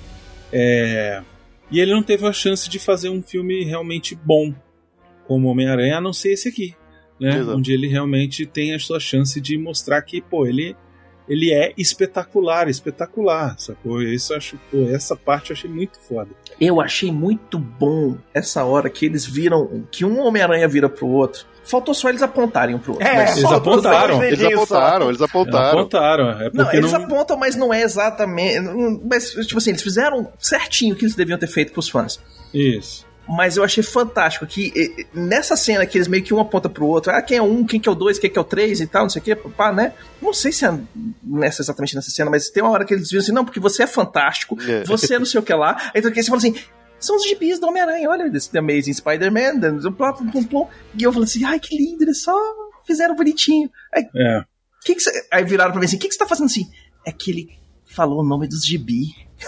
E ele não teve a chance de fazer um filme realmente bom como Homem-Aranha, a não ser esse aqui, né? Onde ele realmente tem a sua chance de mostrar que, pô, ele é espetacular, sacou? Isso essa parte eu achei muito foda. Eu achei muito bom essa hora que eles viram, que um Homem-Aranha vira pro outro. Faltou só eles apontarem um pro outro. Eles apontaram. Eles apontaram. Eles apontam, mas não é exatamente... Mas, tipo assim, eles fizeram certinho o que eles deviam ter feito pros fãs. Isso. Mas eu achei fantástico que nessa cena que eles meio que um aponta pro outro, quem é um, quem que é o dois, quem que é o três e tal, não sei o que, pá, né? Não sei se é exatamente nessa cena, mas tem uma hora que eles viram assim, não, porque você é fantástico, você não sei o que lá. Aí você fala assim, são os gibis do Homem-Aranha, olha, The Amazing Spider-Man, e eu falei assim, ai, que lindo, eles só fizeram bonitinho. Aí, aí viraram pra mim assim, o que você tá fazendo assim? É que ele falou o nome dos gibi.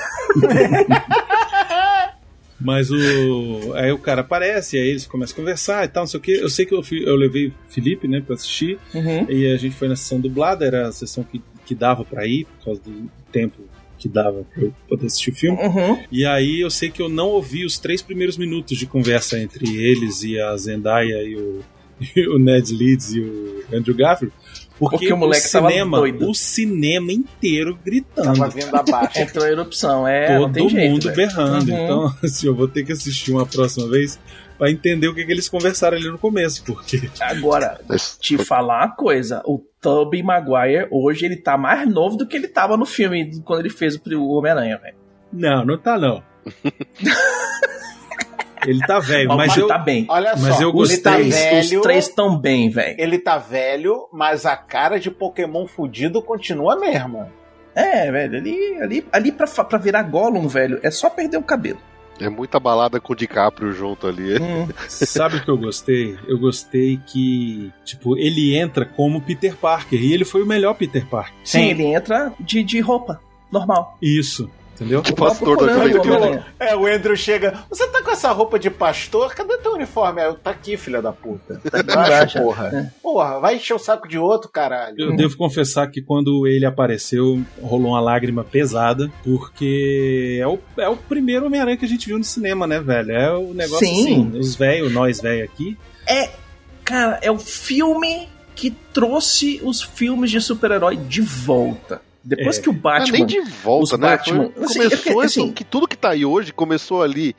Mas aí o cara aparece, aí eles começam a conversar e tal, não sei o que. Eu sei que eu levei o Felipe, né, pra assistir, e a gente foi na sessão dublada, era a sessão que dava pra ir, por causa do tempo que dava pra eu poder assistir o filme. E aí eu sei que eu não ouvi os 3 primeiros minutos de conversa entre eles e a Zendaya e o Ned Leeds e o Andrew Garfield, porque o moleque tava doido. O cinema inteiro gritando. Tava vindo abaixo. Entrou a erupção, todo mundo berrando. Então, assim, eu vou ter que assistir uma próxima vez pra entender o que eles conversaram ali no começo, porque... Agora, te falar uma coisa, o Tobey Maguire, hoje, ele tá mais novo do que ele tava no filme, quando ele fez o Homem-Aranha, velho. Não tá não. Ele tá velho, mas tá bem. Olha mas só, eu gostei. ele tá velho, os três estão bem, velho. Ele tá velho, mas a cara de Pokémon fudido continua a mesma. Velho, ali pra virar Gollum, velho, é só perder o cabelo. É muita balada com o DiCaprio junto ali. Sabe o que eu gostei? Eu gostei que, tipo, ele entra como Peter Parker, e ele foi o melhor Peter Parker. Sim, ele entra de roupa, normal. Isso. Entendeu? De pastor da juventude. O Andrew chega. Você tá com essa roupa de pastor? Cadê teu uniforme? Tá aqui, filha da puta. Tá embaixo, porra. Porra, vai encher o saco de outro, caralho. Eu devo confessar que quando ele apareceu, rolou uma lágrima pesada, porque é o primeiro Homem-Aranha que a gente viu no cinema, né, velho? É o negócio assim, os velhos, nós velhos aqui. Cara, é o filme que trouxe os filmes de super-herói de volta. Depois que o Batman... Nem de volta, né? Começou que tudo que tá aí hoje começou ali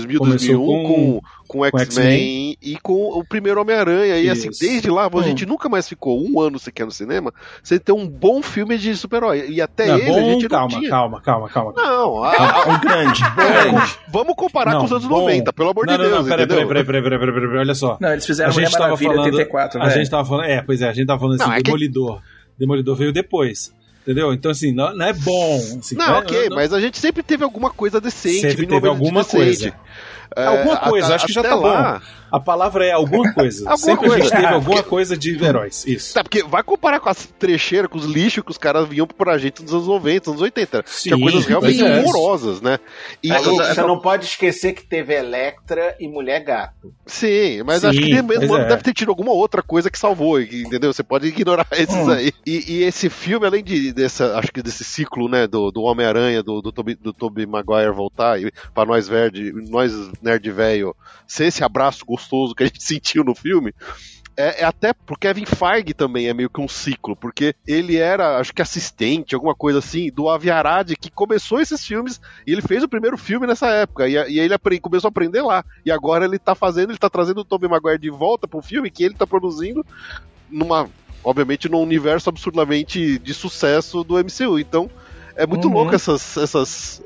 2001 com X-Men e com o primeiro Homem-Aranha. E assim, desde lá, a gente nunca mais ficou um ano sequer no cinema sem ter um bom filme de super-herói. E até a gente não tinha. Calma. Não, um grande. Vamos comparar com os anos 90, pelo amor de Deus. Peraí, olha só. Não, eles fizeram Mulher Maravilha 84, velho. A gente tava falando, a gente tava falando assim, Demolidor. Demolidor veio depois. Entendeu? Então, assim, não é bom. Assim, mas a gente sempre teve alguma coisa decente. Sempre teve alguma coisa. Alguma coisa, acho que já tá bom. A palavra é alguma coisa. Sempre a gente teve alguma coisa de heróis. Isso. Tá, porque vai comparar com as trecheiras, com os lixos que os caras vinham pra gente nos anos 90, anos 80. Sim, tinha coisas realmente horrorosas, né? E você não pode esquecer que teve Electra e Mulher Gato. Sim, mas acho que mesmo ano deve ter tido alguma outra coisa que salvou, entendeu? Você pode ignorar esses aí. E esse filme, além desse ciclo, né, do Homem-Aranha, do Tobey Maguire voltar, e pra nós nerd velho, ser esse abraço gostoso que a gente sentiu no filme, até pro Kevin Feige também é meio que um ciclo, porque ele era, acho que assistente, alguma coisa assim, do Avi Arad, que começou esses filmes, e ele fez o primeiro filme nessa época, e ele começou a aprender lá, e agora ele tá trazendo o Tobey Maguire de volta pro filme que ele tá produzindo obviamente num universo absurdamente de sucesso do MCU, então é muito louco essas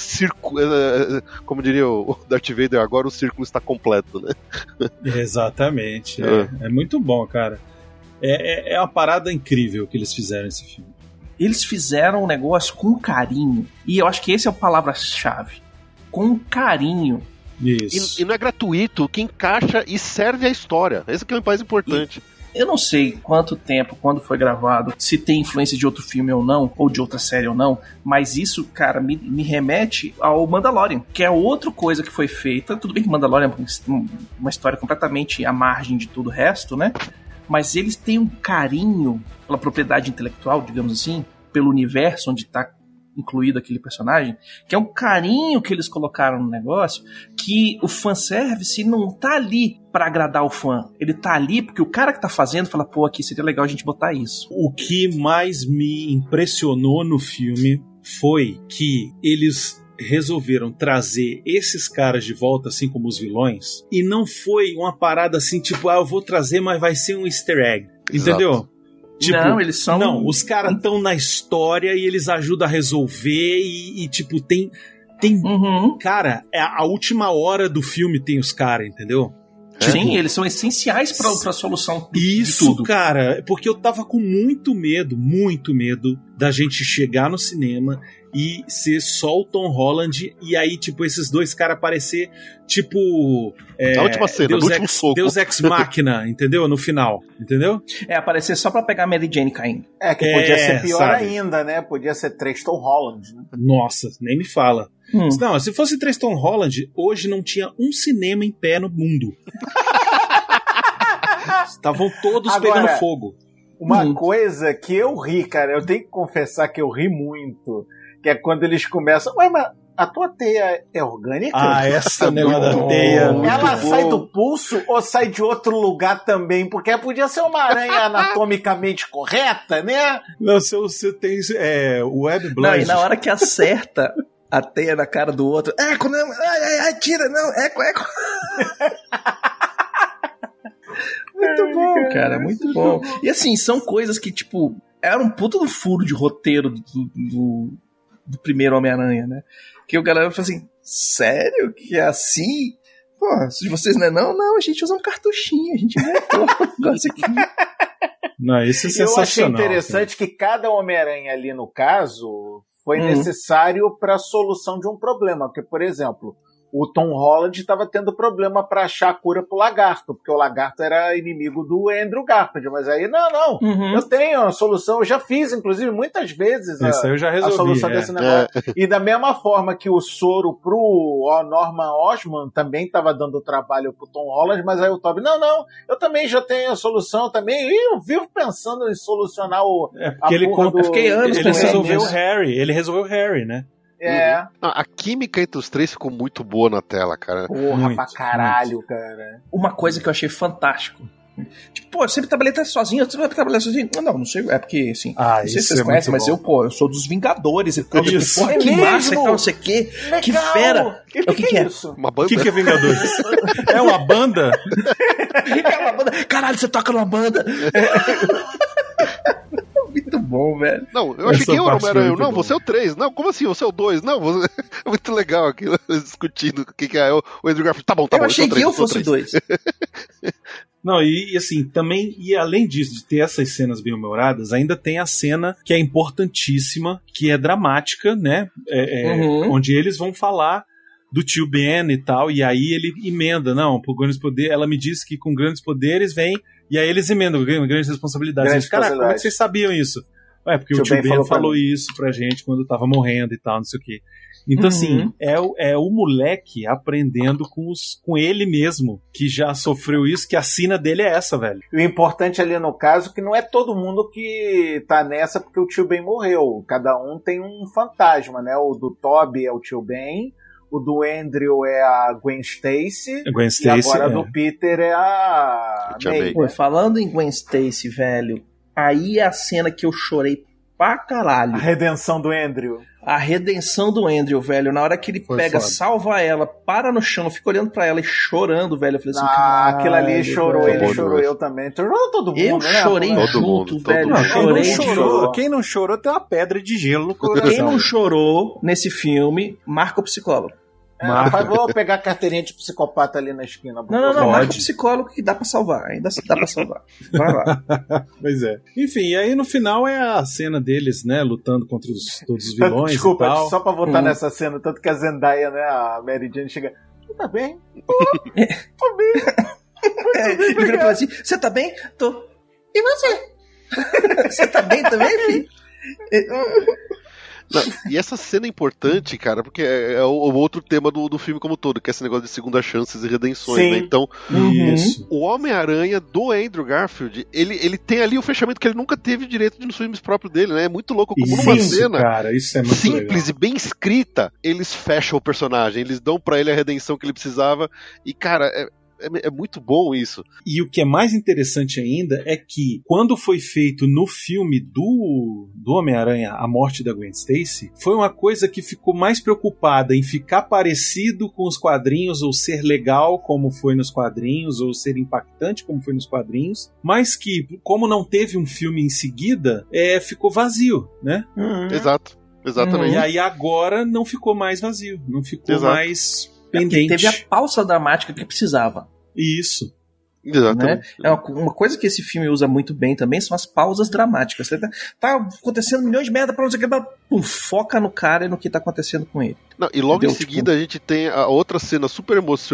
como diria o Darth Vader, agora o círculo está completo, né? Exatamente. É muito bom, cara. É uma parada incrível que eles fizeram nesse filme. Eles fizeram um negócio com carinho. E eu acho que esse é a palavra-chave. Com carinho. Isso. E não é gratuito, que encaixa e serve a história. Esse que é o mais importante. Eu não sei quanto tempo, quando foi gravado, se tem influência de outro filme ou não, ou de outra série ou não, mas isso, cara, me remete ao Mandalorian, que é outra coisa que foi feita. Tudo bem que Mandalorian é uma história completamente à margem de tudo o resto, né? Mas eles têm um carinho pela propriedade intelectual, digamos assim, pelo universo onde tá incluído aquele personagem, que é um carinho que eles colocaram no negócio, que o fanservice não tá ali pra agradar o fã, ele tá ali porque o cara que tá fazendo fala, pô, aqui seria legal a gente botar isso. O que mais me impressionou no filme foi que eles resolveram trazer esses caras de volta, assim como os vilões, e não foi uma parada assim, tipo, eu vou trazer, mas vai ser um easter egg, entendeu? Tipo, não, eles são... Não, os caras estão na história e eles ajudam a resolver e tipo, tem cara, a última hora do filme tem os caras, entendeu? Sim, eles são essenciais pra solução de tudo. Cara, porque eu tava com muito medo da gente chegar no cinema e ser só o Tom Holland e aí, tipo, esses dois caras aparecer, tipo... na última cena, no último soco. Deus Ex Machina, entendeu? No final, entendeu? Aparecer só pra pegar a Mary Jane caindo. Que podia ser pior ainda, né? Podia ser 3 Tom Holland, né? Nossa, nem me fala. Não, se fosse 3 Tom Holland, hoje não tinha um cinema em pé no mundo. Estavam todos pegando fogo. Uma coisa que eu ri, cara, eu tenho que confessar que eu ri muito, que é quando eles começam, mas a tua teia é orgânica? Essa negócio da teia. Ela sai do pulso ou sai de outro lugar também? Porque podia ser uma aranha anatomicamente correta, né? Não, você tem web blast. Não, e na hora que acerta a teia na cara do outro, eco, não, tira, não, eco. Muito bom, cara, muito bom. E assim, são coisas que, tipo, era um puta do furo de roteiro do primeiro Homem-Aranha, né? Que o galera falou assim, sério? Que é assim? Pô, pô, se vocês não, a gente usa um cartuchinho, a gente inventou um negócio aqui. Não, isso é sensacional. Eu achei interessante que cada Homem-Aranha ali, no caso, foi necessário para a solução de um problema. Porque, por exemplo, o Tom Holland estava tendo problema para achar a cura pro Lagarto, porque o Lagarto era inimigo do Andrew Garfield. Mas aí, não, eu tenho a solução, eu já fiz, inclusive, muitas vezes isso eu já resolvi, a solução desse negócio. E da mesma forma que o soro pro Norman Osborn também estava dando trabalho pro Tom Holland, mas aí o Tobey, não, eu também já tenho a solução também, e eu vivo pensando em solucionar eu fiquei anos ele resolveu o Harry, né? A química entre os três ficou muito boa na tela, cara. Porra, pra caralho, cara. Uma coisa que eu achei fantástico. Tipo, pô, eu sempre trabalhei sozinho, você vai trabalhar sozinho? Não sei, é porque, assim, não sei se vocês conhecem, mas eu sou dos Vingadores. Porra, que massa e tal, não sei o quê. Legal. Que fera. O que é isso? Uma banda? O que é Vingadores? É uma banda? É uma banda. Caralho, você toca numa banda. Muito bom, velho. Não, eu achei que eu era o Homem-Aranha. Não, você é o 3. Não, como assim? Você é o 2? Não, você... é muito legal aquilo, discutindo o que é o Andrew Garfield. Tá bom. Eu achei que eu fosse o 2. Não, e assim, também, e além disso, de ter essas cenas bem humoradas, ainda tem a cena que é importantíssima, que é dramática, né? Onde eles vão falar do tio Ben e tal, e aí ele emenda, não, por grandes poderes, ela me disse que com grandes poderes vem, e aí eles emendam, grandes responsabilidades. Caraca, como é que vocês sabiam isso? Porque o tio Ben falou isso pra gente quando tava morrendo e tal, não sei o quê. Então, assim, é o moleque aprendendo com ele mesmo, que já sofreu isso, que a sina dele é essa, velho. E o importante ali no caso é que não é todo mundo que tá nessa porque o tio Ben morreu. Cada um tem um fantasma, né? O do Tobey é o tio Ben, o do Andrew é a Gwen Stacy, e agora do Peter é a May. Pô, falando em Gwen Stacy, velho, aí é a cena que eu chorei pra caralho. A redenção do Andrew. A redenção do Andrew, velho. Na hora que ele pega, salva ela, para no chão, fica olhando pra ela e chorando, velho. Eu falei assim, aquilo ali chorou, ele chorou, eu também. Chorou todo mundo, eu chorei junto, velho. Quem não chorou tem uma pedra de gelo no coração. Quem não chorou nesse filme, marca o psicólogo. Vou pegar a carteirinha de psicopata ali na esquina. Não, marca o psicólogo que dá pra salvar. Ainda dá pra salvar. Vai lá. Pois é. Enfim, e aí no final é a cena deles, né, lutando contra todos os vilões. Desculpa, e tal. só pra voltar nessa cena, tanto que a Zendaya, né, a Mary Jane chega, tu tá bem? Tô bem. Ele vira e fala assim, você tá bem? Tô. E você? Você tá bem também, filho? Não, e essa cena é importante, cara, porque é o outro tema do filme como todo, que é esse negócio de segunda chances e redenções, né? Então, o Homem-Aranha do Andrew Garfield, ele tem ali o fechamento que ele nunca teve direito de nos filmes próprios dele, né? É muito louco como numa cena cara, isso é muito simples legal. E bem escrita, eles fecham o personagem, eles dão pra ele a redenção que ele precisava, e cara, é muito bom isso. E o que é mais interessante ainda é que quando foi feito no filme do Homem-Aranha A Morte da Gwen Stacy, foi uma coisa que ficou mais preocupada em ficar parecido com os quadrinhos, ou ser legal como foi nos quadrinhos, ou ser impactante como foi nos quadrinhos, mas que, como não teve um filme em seguida, ficou vazio, né? Exato, exatamente. E aí agora não ficou mais vazio, não ficou mais pendente. Teve a pausa dramática que precisava. Isso. Exatamente. Né? Uma coisa que esse filme usa muito bem também são as pausas dramáticas. Tá acontecendo milhões de merda pra não sei o que, foca no cara e no que tá acontecendo com ele. Não, e logo em seguida a gente tem a outra cena super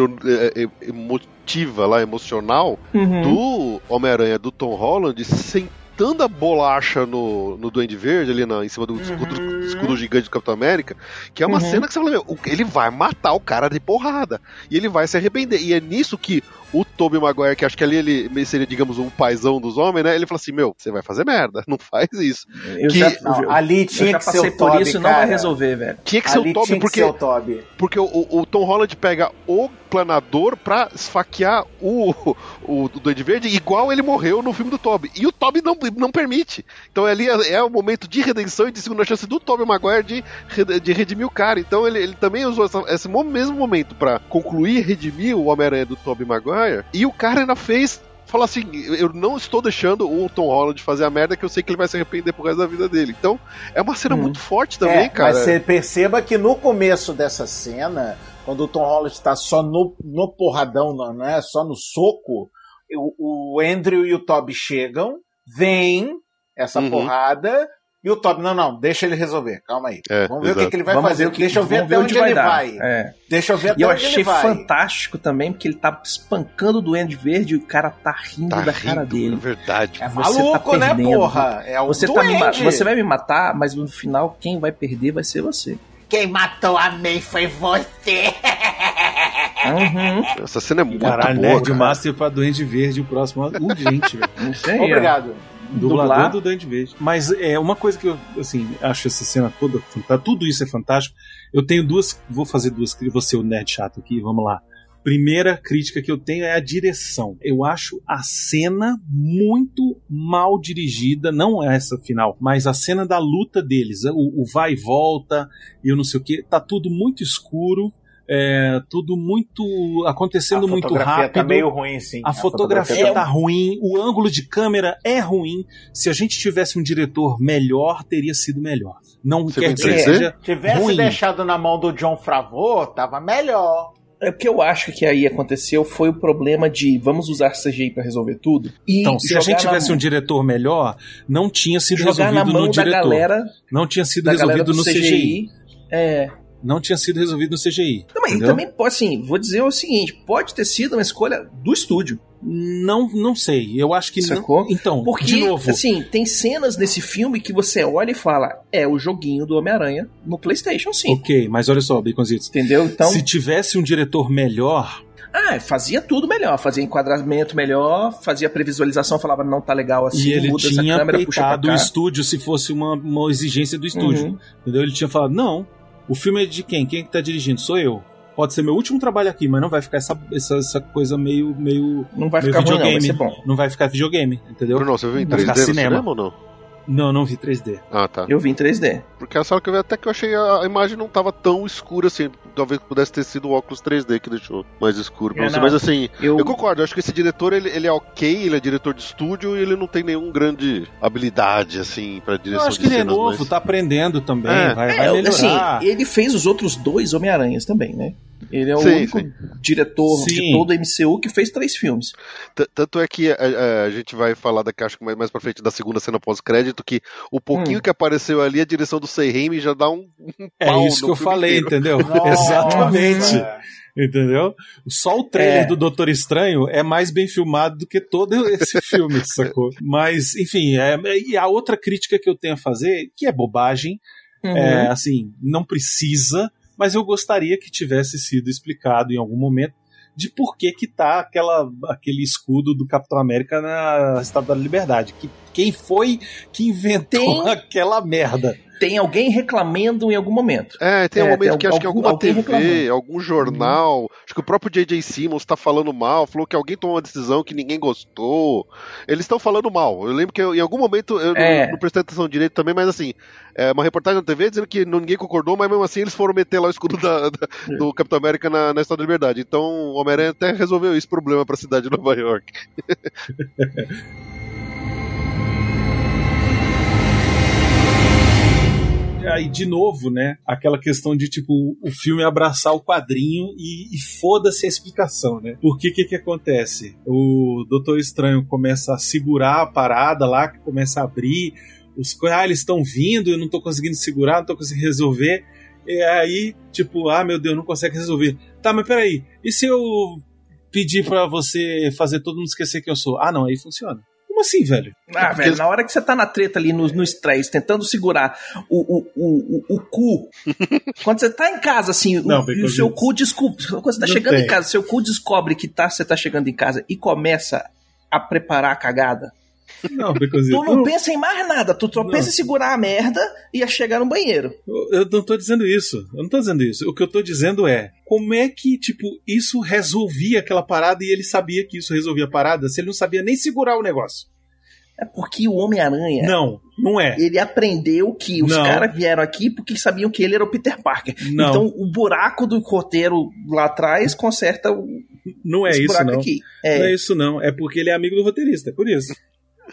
emocional do Homem-Aranha do Tom Holland sentando a bolacha no Duende Verde, ali em cima do escudo gigante do Capitão América, que é uma cena que você fala, ele vai matar o cara de porrada, e ele vai se arrepender, e é nisso que o Tobey Maguire, que acho que ali ele seria, digamos, um paizão dos homens, né, ele fala assim, você vai fazer merda, não faz isso. Ali tinha que ser o Tobey, por isso, não vai resolver, velho. Tinha que ser o Tobey, porque o Tom Holland pega o planador pra esfaquear o Duende Verde, igual ele morreu no filme do Tobey, e o Tobey não permite. Então ali é o momento de redenção e de segunda chance do Tobey Maguire de redimir o cara. Então ele também usou esse mesmo momento pra concluir e redimir o Homem-Aranha do Tobey Maguire, e o cara ainda fala assim, eu não estou deixando o Tom Holland fazer a merda, que eu sei que ele vai se arrepender pro resto da vida dele. Então, é uma cena muito forte também, cara. Mas você perceba que no começo dessa cena, quando o Tom Holland tá só no porradão, não é só no soco, o Andrew e o Toby chegam, vem essa porrada, e o Toby, não, deixa ele resolver, calma aí. Vamos ver o que ele vai fazer. Deixa eu ver até onde ele vai. Deixa eu ver até onde ele vai. E eu achei fantástico também, porque ele tá espancando o Duende Verde e o cara tá rindo da cara dele. É verdade. É maluco, né, porra? É o Duende. Você vai me matar, mas no final quem vai perder vai ser você. Quem matou a May foi você. Essa cena é muito boa. Caralho, Nerd Master pra Duende Verde, o próximo urgente, velho. Obrigado. Dublador do Duende Verde. Mas é uma coisa que eu, assim, acho essa cena toda fantástica. Tudo isso é fantástico. Eu tenho vou fazer duas, vou ser o nerd chato aqui, vamos lá. Primeira crítica que eu tenho é a direção. Eu acho a cena muito mal dirigida, não essa final, mas a cena da luta deles, o vai e volta, e eu não sei o que, tá tudo muito escuro. Tudo muito acontecendo muito rápido. A fotografia tá meio ruim, sim. A fotografia tá ruim, o ângulo de câmera é ruim. Se a gente tivesse um diretor melhor, teria sido melhor. Não quer dizer que seja tivesse ruim. Deixado na mão do John Favreau, tava melhor. O que eu acho que aí aconteceu foi o problema de vamos usar CGI pra resolver tudo. Então, se a gente tivesse um diretor melhor, não tinha sido resolvido no diretor. Não tinha sido resolvido no CGI. Não tinha sido resolvido no CGI. Também, assim, vou dizer o seguinte, pode ter sido uma escolha do estúdio. Não sei, eu acho que sacou? Não. Então, porque, de novo, assim, tem cenas nesse filme que você olha e fala, é o joguinho do Homem-Aranha no PlayStation 5. Ok, mas olha só, Baconzitos. Entendeu? Então, se tivesse um diretor melhor... fazia tudo melhor, fazia enquadramento melhor, fazia previsualização, falava não tá legal assim, e ele muda tinha essa câmera, puxa pra cá. o estúdio se fosse uma exigência do estúdio. Entendeu? Ele tinha falado, não, o filme é de quem? Quem que tá dirigindo? Sou eu. Pode ser meu último trabalho aqui, mas não vai ficar essa coisa meio não vai ficar videogame. Ruim, não, vai ser bom. Não vai ficar videogame, entendeu? Bruno, você viu em 3D no cinema ou não? Não vi 3D. Ah, tá. Eu vi em 3D. Porque a sala que eu vi, até que eu achei a imagem não tava tão escura assim. Talvez pudesse ter sido o óculos 3D que deixou mais escuro pra você. Mas assim, eu concordo. Eu acho que esse diretor, ele é ok, ele é diretor de estúdio e ele não tem nenhum grande habilidade, assim, pra direção de cenas. Eu acho que ele é novo, tá aprendendo também, vai melhorar. Assim, ele fez os outros 2 Homem-Aranhas também, né? Ele é o único diretor de todo o MCU que fez 3 filmes. Tanto é que a gente vai falar daqui, acho que mais pra frente, da segunda cena pós-crédito, que o pouquinho que apareceu ali, a direção do Sam Raimi já dá um pau. É isso que eu falei, entendeu? Exatamente. Entendeu? Só o trailer do Doutor Estranho é mais bem filmado do que todo esse filme, sacou? Mas, enfim, e a outra crítica que eu tenho a fazer, que é bobagem, assim, não precisa, mas eu gostaria que tivesse sido explicado em algum momento de por que tá aquele escudo do Capitão América na Estátua da Liberdade. Quem foi que inventou aquela merda? Tem alguém reclamando em algum momento. Tem um momento que acho que alguma TV, reclamando. Algum jornal, acho que o próprio J.J. Simmons tá falando mal, falou que alguém tomou uma decisão que ninguém gostou. Eles estão falando mal. Eu lembro que em algum momento, eu não prestei atenção direito também, mas assim, uma reportagem na TV dizendo que ninguém concordou, mas mesmo assim eles foram meter lá o escudo do Capitão América na Estátua da Liberdade. Então o Homem-Aranha até resolveu esse problema pra cidade de Nova York. Aí, de novo, né, aquela questão de, tipo, o filme abraçar o quadrinho e foda-se a explicação, né? Porque que acontece? O Doutor Estranho começa a segurar a parada lá, que começa a abrir, eles estão vindo, eu não tô conseguindo segurar, não tô conseguindo resolver, e aí, tipo, meu Deus, não consegue resolver. Tá, mas peraí, e se eu pedir pra você fazer todo mundo esquecer quem eu sou? Não, aí funciona. Como assim, velho? Velho, na hora que você tá na treta ali no estresse, tentando segurar o cu, quando você tá em casa, assim, o seu cu descobre. Quando você tá chegando em casa, seu cu descobre que você tá chegando em casa e começa a preparar a cagada. Tu não pensa em mais nada, tu só pensa em segurar a merda e a chegar no banheiro. Eu não tô dizendo isso. O que eu tô dizendo é, como é que, tipo, isso resolvia aquela parada e ele sabia que isso resolvia a parada se ele não sabia nem segurar o negócio? É porque o Homem-Aranha... Não é. Ele aprendeu que os caras vieram aqui porque sabiam que ele era o Peter Parker. Não. Então o buraco do roteiro lá atrás conserta não é isso, não. Aqui. Não é isso, não. É porque ele é amigo do roteirista, é por isso.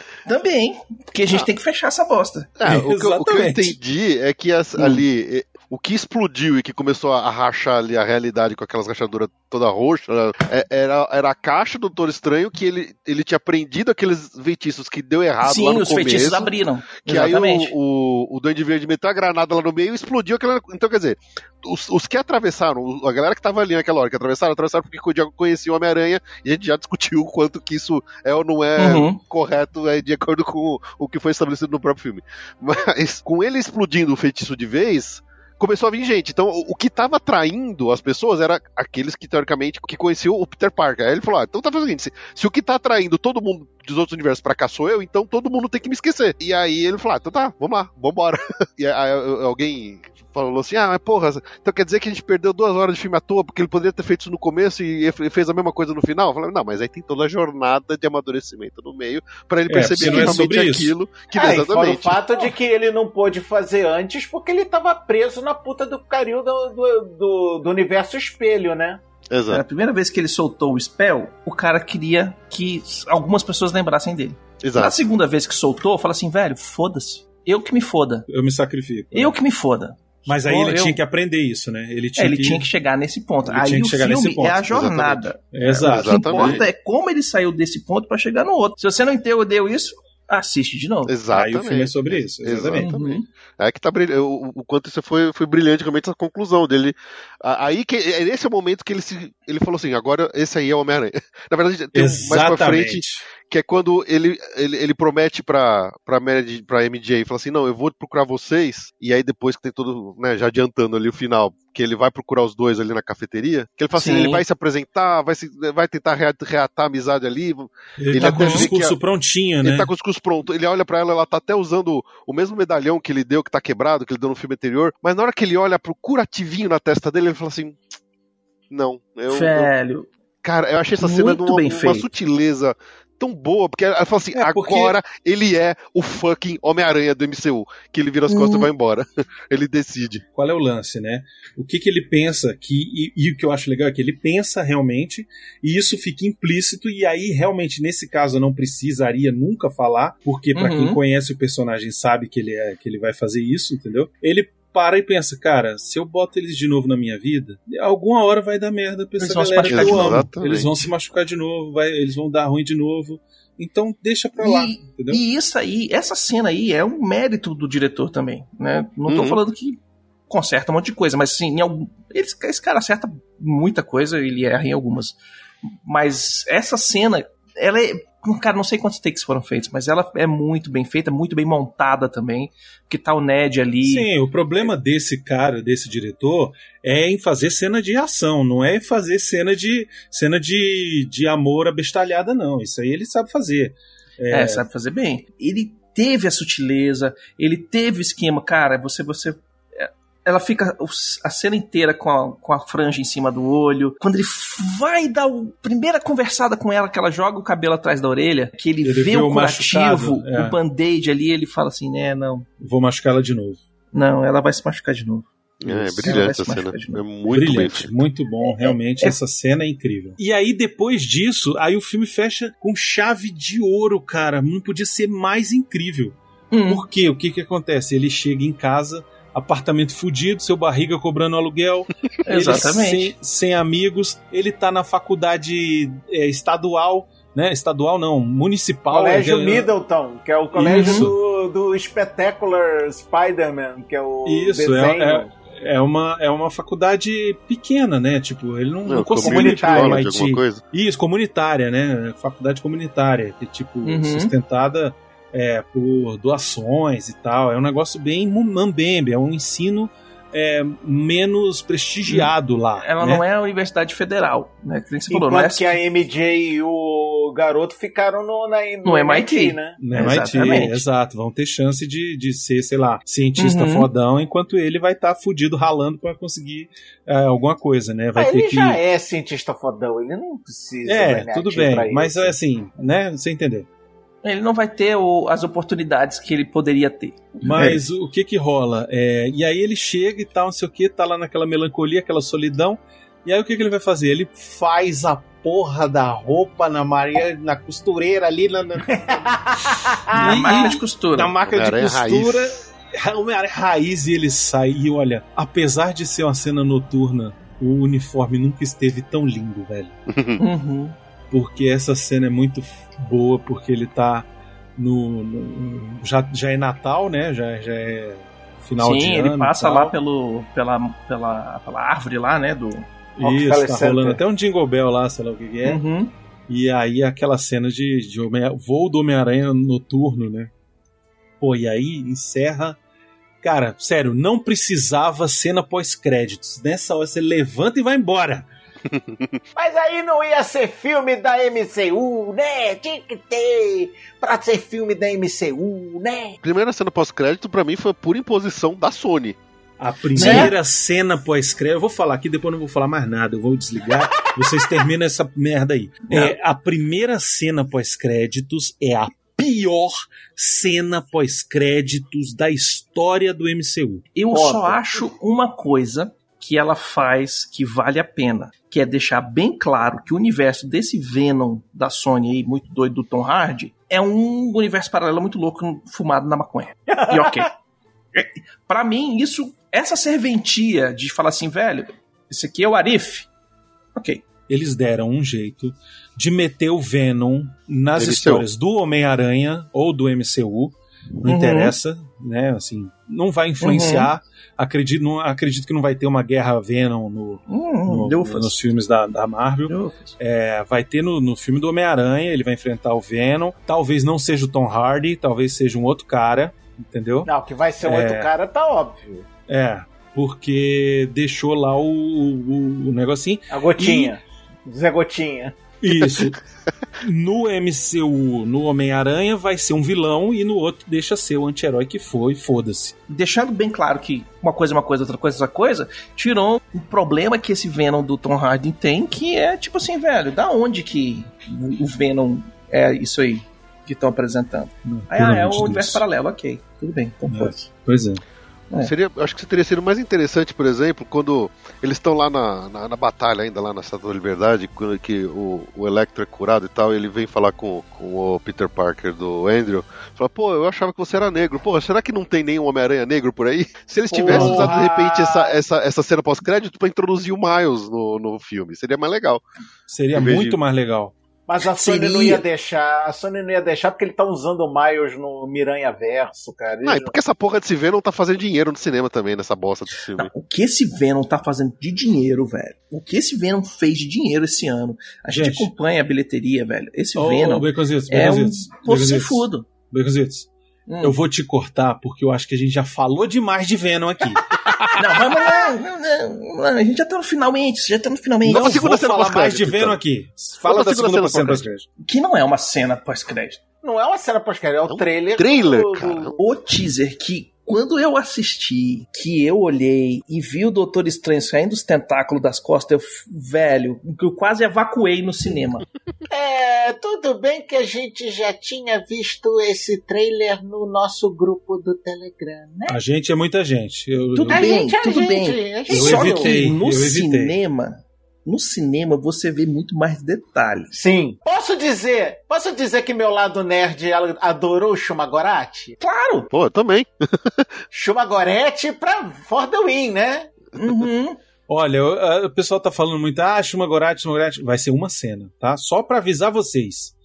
Também, porque a gente tem que fechar essa bosta. O que eu entendi é que ali o que explodiu e que começou a rachar ali a realidade com aquelas rachaduras toda roxa, era a caixa do Doutor Estranho, que ele tinha prendido aqueles feitiços que deu errado lá no começo. Sim, os feitiços abriram. Que Exatamente. aí o Duende Verde meteu a granada lá no meio e explodiu aquela... Então, quer dizer, os que atravessaram, a galera que tava ali naquela hora, que atravessaram porque conhecia o Homem-Aranha, e a gente já discutiu o quanto que isso é ou não é correto, de acordo com o que foi estabelecido no próprio filme. Mas, com ele explodindo o feitiço de vez, começou a vir gente. Então, o que tava atraindo as pessoas era aqueles que, teoricamente, que conheciam o Peter Parker. Aí ele falou, então tá fazendo o seguinte, se o que tá atraindo todo mundo dos outros universos pra cá sou eu, então todo mundo tem que me esquecer. E aí ele falou, então tá, vamos lá, vambora. E aí alguém falou assim, mas porra, então quer dizer que a gente perdeu 2 horas de filme à toa, porque ele poderia ter feito isso no começo e fez a mesma coisa no final? Eu falei, não, mas aí tem toda a jornada de amadurecimento no meio, pra ele perceber que realmente é aquilo que exatamente. Fora o fato de que ele não pôde fazer antes, porque ele tava preso na puta do caril do universo espelho, né? Exato. A primeira vez que ele soltou o spell, o cara queria que algumas pessoas lembrassem dele. Exato. Na segunda vez que soltou, fala assim, velho, foda-se. Eu que me foda. Eu me sacrifico. Eu que me foda. Mas aí ele tinha que aprender isso, né? Ele tinha que chegar nesse ponto. Ele aí tinha que o chegar filme nesse ponto. é a jornada. Exato. O que importa é como ele saiu desse ponto pra chegar no outro. Se você não entendeu isso, assiste de novo. Exatamente. Aí o filme é sobre isso. Exatamente. É que tá o quanto isso foi brilhante, realmente, essa conclusão dele. Aí que esse é o momento que ele falou assim, agora esse aí é o Homem-Aranha. Na verdade, tem mais pra frente, que é quando ele promete pra MJ e fala assim, não, eu vou procurar vocês, e aí depois que tem todo, né, já adiantando ali o final, que ele vai procurar os dois ali na cafeteria, que ele fala assim, ele vai se apresentar, vai tentar reatar a amizade ali. Ele tá com o discurso prontinho, né? Ele tá com o discurso pronto, ele olha pra ela tá até usando o mesmo medalhão que ele deu, que tá quebrado, que ele deu no filme anterior, mas na hora que ele olha pro curativinho na testa dele, ele fala assim, não. Velho. Cara, eu achei essa cena de uma sutileza tão boa, porque ela fala assim, agora ele é o fucking Homem-Aranha do MCU, que ele vira as costas e vai embora. Ele decide. Qual é o lance, né? O que ele pensa, e o que eu acho legal é que ele pensa realmente, e isso fica implícito, e aí realmente nesse caso eu não precisaria nunca falar, porque pra quem conhece o personagem sabe que ele vai fazer isso, entendeu? Ele para e pensa, cara, se eu boto eles de novo na minha vida, alguma hora vai dar merda pra essa galera que eu amo. Eles vão se machucar de novo, eles vão dar ruim de novo. Então deixa pra lá, entendeu? E isso aí, essa cena aí é um mérito do diretor também, né? Não tô falando que conserta um monte de coisa, mas assim, esse cara acerta muita coisa, ele erra em algumas. Mas essa cena, ela é... Cara, não sei quantos takes foram feitos, mas ela é muito bem feita, muito bem montada também, porque tá o Ned ali. Sim, o problema desse diretor, é em fazer cena de ação, não é fazer cena de amor abestalhada, não. Isso aí ele sabe fazer. Sabe fazer bem. Ele teve a sutileza, ele teve o esquema, cara, ela fica a cena inteira com a franja em cima do olho. Quando ele vai dar a primeira conversada com ela, que ela joga o cabelo atrás da orelha, que ele vê o curativo, o band-aid ali, ele fala assim, né, não. Vou machucar ela de novo. Não, ela vai se machucar de novo. É brilhante essa cena. É muito brilhante, muito bom, realmente. Essa cena é incrível. E aí, depois disso, aí o filme fecha com chave de ouro, cara. Não podia ser mais incrível. Por quê? O que acontece? Ele chega em casa, apartamento fudido, seu barriga cobrando aluguel. Exatamente. Sem amigos. Ele tá na faculdade estadual, né? Estadual não, municipal. Colégio Middleton, que é o colégio do Spectacular Spider-Man, que é o desenho. É uma faculdade pequena, né? Tipo, ele não conseguiu comunitária, de alguma coisa. Isso, comunitária, né? Faculdade comunitária, que tipo, sustentada por doações e tal. É um negócio bem mambembe, é um ensino menos prestigiado lá. Ela não é a universidade federal, né? Que você falou, Enquanto que a MJ e o garoto ficaram no MIT, né? No MIT, exato. Vão ter chance de ser, sei lá, cientista fodão, enquanto ele vai estar fudido ralando pra conseguir alguma coisa, né? Ele já é cientista fodão, ele não precisa. Tudo bem, mas assim, né? Você entendeu? Ele não vai ter as oportunidades que ele poderia ter. Mas o que rola? E aí ele chega e tal, não sei o que, tá lá naquela melancolia, aquela solidão. E aí o que ele vai fazer? Ele faz a porra da roupa na costureira ali. Na máquina de costura. Na máquina de costura. Homem-Aranha raiz e ele sai. E olha, apesar de ser uma cena noturna, o uniforme nunca esteve tão lindo, velho. Uhum. Porque essa cena é muito boa, porque ele tá já é Natal, né? Já é final de ano. Sim, ele passa lá pela árvore lá, né? Isso, tá rolando até um Jingle Bell lá, sei lá o que é. Uhum. E aí aquela cena de voo do Homem-Aranha noturno, né? Pô, e aí encerra. Cara, sério, não precisava cena pós-créditos. Nessa hora você levanta e vai embora. Mas aí não ia ser filme da MCU, né? Tinha que ter pra ser filme da MCU, né? Primeira cena pós-crédito pra mim foi por imposição da Sony. A primeira cena pós-crédito, eu vou falar aqui, depois não vou falar mais nada, eu vou desligar, vocês terminam essa merda aí. A primeira cena pós-créditos é a pior cena pós-créditos da história do MCU. Eu só acho uma coisa que ela faz que vale a pena, que é deixar bem claro que o universo desse Venom da Sony aí, muito doido do Tom Hardy, é um universo paralelo muito louco, fumado na maconha. E ok. Pra mim, essa serventia de falar assim, velho, esse aqui é o Arif. Ok. Eles deram um jeito de meter o Venom nas histórias do Homem-Aranha ou do MCU. Não interessa, né? Assim, não vai influenciar. Acredito que não vai ter uma guerra Venom nos filmes da Marvel. Vai ter no filme do Homem-Aranha, ele vai enfrentar o Venom. Talvez não seja o Tom Hardy, talvez seja um outro cara, entendeu? Não, que vai ser um outro cara, tá óbvio. Porque deixou lá o negocinho. A gotinha. Zé Gotinha. Isso. No MCU, no Homem-Aranha, vai ser um vilão e no outro deixa ser o anti-herói que foi, foda-se. Deixando bem claro que uma coisa é uma coisa, outra coisa é outra coisa, tirou um problema que esse Venom do Tom Hardy tem, que é tipo assim, velho, da onde que o Venom é isso aí que estão apresentando? É um universo paralelo, ok, tudo bem, então foda-se. Pois é. Acho que teria sido mais interessante, por exemplo, quando eles estão lá na batalha ainda, lá na Estátua da Liberdade, quando que o Electro é curado e tal, e ele vem falar com o Peter Parker do Andrew, fala, pô, eu achava que você era negro, pô, será que não tem nenhum Homem-Aranha negro por aí? Se eles tivessem usado, de repente, essa cena pós-crédito pra introduzir o Miles no filme, seria mais legal. Seria muito mais legal. Mas a Sony não ia deixar. A Sony não ia deixar porque ele tá usando o Miles no Miranha Verso, cara. Não, e porque essa porra desse Venom tá fazendo dinheiro no cinema também, nessa bosta desse filme. Não, o que esse Venom tá fazendo de dinheiro, velho? O que esse Venom fez de dinheiro esse ano? A gente acompanha a bilheteria, velho. Esse Venom é um poço sem fundo. Baconzitos, eu vou te cortar porque eu acho que a gente já falou demais de Venom aqui. Não, a gente já tá no finalmente. Não vou falar mais de Venom aqui. Fala da segunda cena pós-crédito. Que não é uma cena pós-crédito. Não é uma cena pós-crédito, é o trailer. Cara. O teaser que, quando eu assisti, que eu olhei e vi o Doutor Estranho saindo dos tentáculos das costas, eu quase evacuei no cinema. Tudo bem que a gente já tinha visto esse trailer no nosso grupo do Telegram, né? A gente é muita gente. Tudo bem. Só que no cinema você vê muito mais detalhes. Sim. Posso dizer que meu lado nerd adorou o Shumagoretti? Claro! Pô, eu também. Shumagoretti pra For the Win, né? Olha, o pessoal tá falando muito, Shumagoretti, vai ser uma cena, tá? Só pra avisar vocês.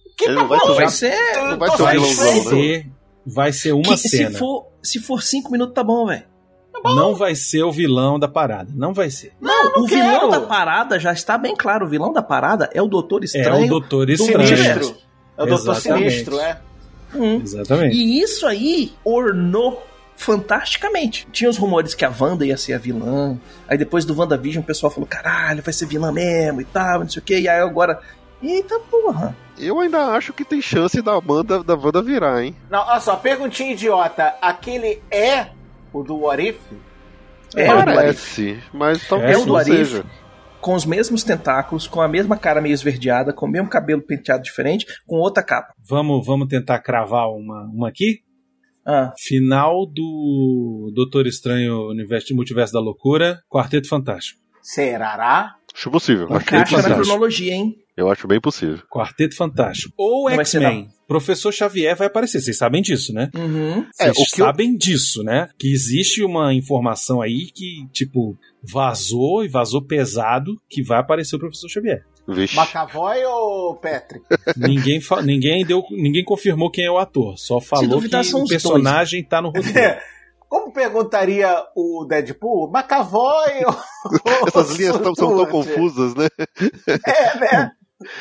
Vai ser uma cena. Se for 5 minutos, tá bom, velho. Não vai ser o vilão da parada. Não vai ser. Não, o vilão da parada já está bem claro. O vilão da parada é o Doutor Estranho. É o Doutor Estranho. Sinistro. É o Doutor Sinistro, Exatamente. E isso aí ornou fantasticamente. Tinha os rumores que a Wanda ia ser a vilã. Aí depois do WandaVision o pessoal falou, caralho, vai ser vilã mesmo e tal, não sei o que. E aí agora... Eita porra. Eu ainda acho que tem chance da Wanda virar, hein? Não, olha só, perguntinha idiota. Aquele é o do What If? Parece, mas talvez não seja. Com os mesmos tentáculos, com a mesma cara meio esverdeada, com o mesmo cabelo penteado diferente, com outra capa. Vamos tentar cravar uma aqui? Final do Doutor Estranho Multiverso da Loucura, Quarteto Fantástico. Será? Acho possível. Encaixa na cronologia, hein? Eu acho bem possível. Quarteto Fantástico. Ou X-Men. Professor Xavier vai aparecer. Vocês sabem disso, né? Uhum. Vocês sabem disso, né? Que existe uma informação aí que, tipo, vazou pesado, que vai aparecer o Professor Xavier. Vixe. McAvoy ou Patrick? Ninguém confirmou quem é o ator. Só falou que o personagem tá no roteiro. Como perguntaria o Deadpool? McAvoy ou... Essas linhas são tão confusas, né? Né?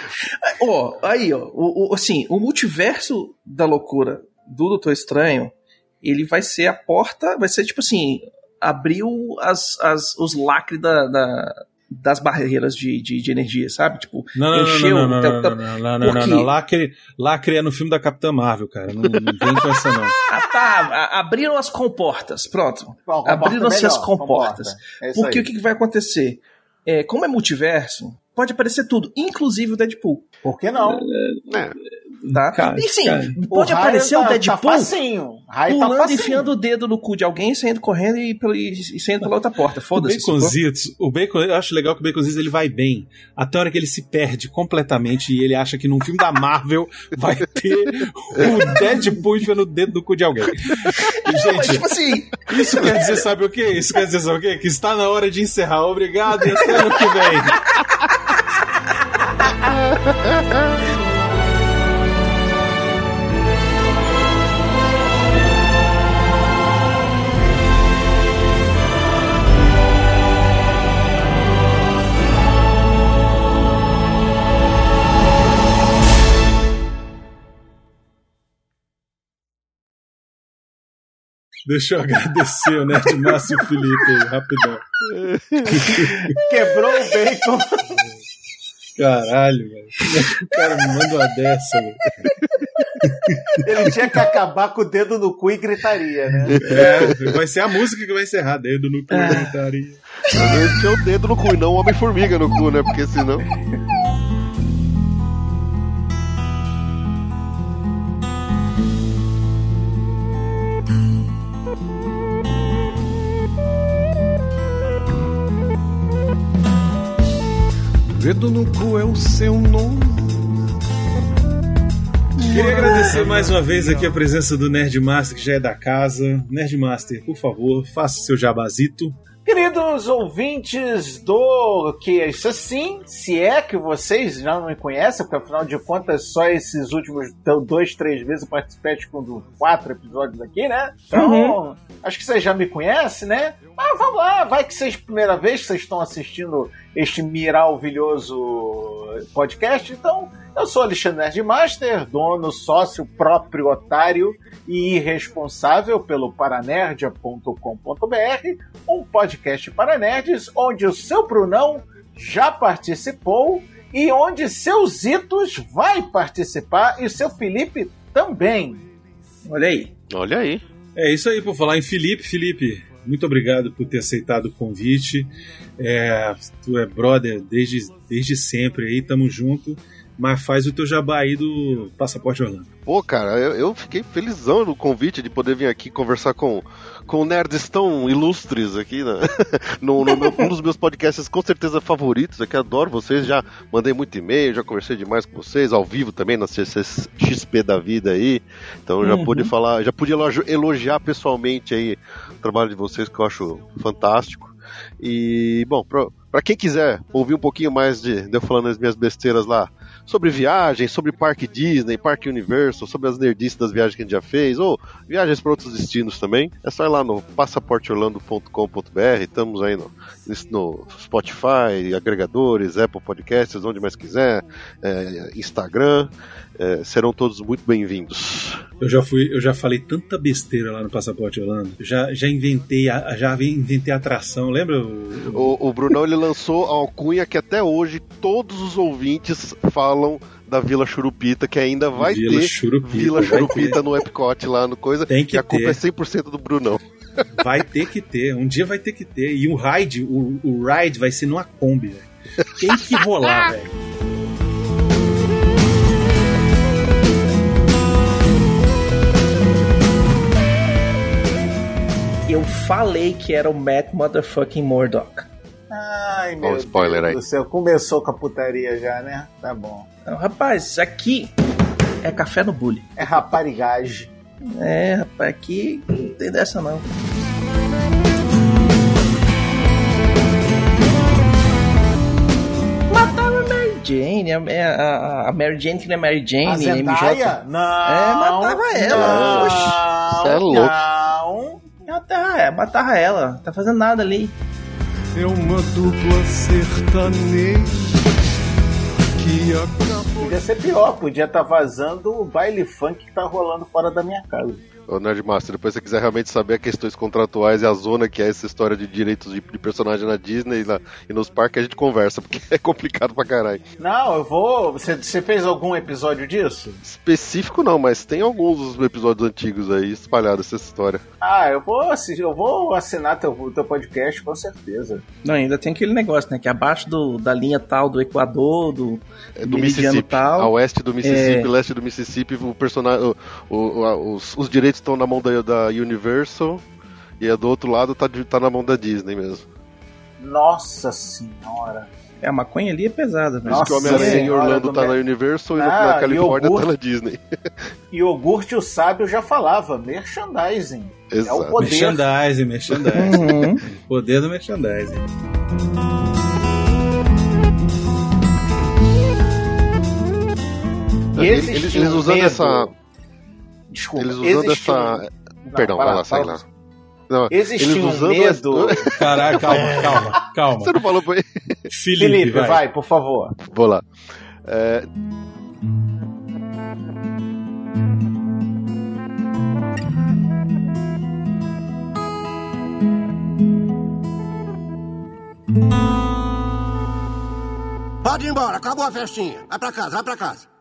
O multiverso da loucura do Doutor Estranho, ele vai ser a porta, vai ser tipo assim, abriu os lacres das barreiras de energia, sabe? Tipo, encheu... Não. Lacre é no filme da Capitã Marvel, cara. Não vem com essa, não. Abriram as comportas, pronto. Abriram-se as comportas. Porque o que vai acontecer? Como é multiverso, pode aparecer tudo, inclusive o Deadpool. Por que não? Tá? E sim, pode aparecer o Deadpool pulando, enfiando o dedo no cu de alguém, saindo correndo e saindo pela outra porta. Foda-se. O Bacon, eu acho legal que o Baconzitos ele vai bem. Até a hora que ele se perde completamente e ele acha que num filme da Marvel vai ter o Deadpool enfiando o dedo no cu de alguém. Gente, mas, tipo assim, isso quer dizer, sabe o quê? Que está na hora de encerrar. Obrigado e até ano que vem. Deixa eu agradecer o Nerdmaster e o Felipe aí, rapidão. Quebrou o bacon. Caralho, velho. O cara me manda uma dessa, velho. Ele tinha que acabar com o dedo no cu e gritaria, né? Vai ser a música que vai encerrar. Dedo no cu e gritaria. Eu tinha o dedo no cu e não o Homem-Formiga no cu, né? Porque senão... Dedo no cu é o seu nome. Queria agradecer mais uma vez aqui a presença do Nerdmaster, que já é da casa. Nerdmaster, por favor, faça seu jabazito. Queridos ouvintes do Que É Isso Assim, se é que vocês já não me conhecem, porque afinal de contas só esses últimos 2-3 vezes eu participei com 4 episódios aqui, né? Então, acho que vocês já me conhecem, né? Mas vamos lá, vai que seja a primeira vez que vocês estão assistindo este maravilhoso podcast. Então, eu sou Alexandre Nerdmaster, dono, sócio, próprio otário e irresponsável pelo paranerdia.com.br, um podcast para nerds, onde o seu Brunão já participou e onde seu Zitos vai participar e o seu Felipe também. Olha aí. Olha aí. É isso aí, por falar em Felipe, muito obrigado por ter aceitado o convite. Tu é brother desde sempre aí, tamo junto. Mas faz o teu jabá aí do Passaporte Orlando. Pô, cara, eu fiquei felizão no convite de poder vir aqui conversar com nerds tão ilustres aqui, né? Um dos meus podcasts com certeza favoritos, aqui adoro vocês, já mandei muito e-mail, já conversei demais com vocês, ao vivo também, na CCXP da vida aí, então já pude falar, já pude elogiar pessoalmente aí o trabalho de vocês, que eu acho fantástico. E, bom, pra quem quiser ouvir um pouquinho mais de eu falando as minhas besteiras lá, sobre viagens, sobre Parque Disney, Parque Universal, sobre as nerdices das viagens que a gente já fez, ou viagens para outros destinos também, é só ir lá no passaporteorlando.com.br, estamos aí no Spotify, agregadores, Apple Podcasts, onde mais quiser, Instagram, serão todos muito bem-vindos. Eu já falei tanta besteira lá no Passaporte Orlando, já inventei atração, lembra? O Brunão, ele lançou a alcunha que até hoje todos os ouvintes falam da Vila Churupita, que ainda vai ter Vila Churupita no Epcot lá no coisa, tem que a culpa é 100% do Brunão. Vai ter que ter, um dia vai ter que ter, e o ride vai ser numa Kombi, velho. Tem que rolar, velho. Eu falei que era o Matt Motherfucking Murdock. Ai, meu Deus do céu. Começou com a putaria já, né? Tá bom. Então, rapaz, isso aqui é café no bule. É raparigagem. É, rapaz, aqui não tem dessa não. Matava a Mary Jane, a Mary Jane que não é Mary Jane, a Zendaya? Não. Matava ela. Oxi, você é louco. Não. Matava ela. Não tá fazendo nada ali. É uma dupla sertaneja que acabou. Podia ser pior, podia estar vazando o baile funk que tá rolando fora da minha casa. Ô, Nerdmaster, depois se você quiser realmente saber as questões contratuais e a zona que é essa história de direitos de personagem na Disney e nos parques, a gente conversa, porque é complicado pra caralho. Não, eu vou... Você fez algum episódio disso? Específico não, mas tem alguns dos episódios antigos aí espalhados essa história. Ah, eu vou assinar teu podcast, com certeza. Não, ainda tem aquele negócio, né, que abaixo da linha tal do Equador, do Mississippi, tal, a oeste do Mississippi, leste do Mississippi, o personagem, os direitos estão na mão da Universal e a do outro lado tá na mão da Disney mesmo. Nossa senhora. A maconha ali é pesada, velho. Por isso que o Homem-Aranha em Orlando tá na Universal e na Califórnia tá na Disney. Iogurte o Sábio já falava, merchandising. Exato. É o poder. Merchandising. Poder do merchandising. Eles usando essa... Desculpa, eles usando essa... Perdão, vai lá, sai lá. Não, existe um medo... Caraca, calma. Você não falou pra ele? Felipe, vai, por favor. Vou lá. Pode ir embora, acabou a festinha. Vai pra casa.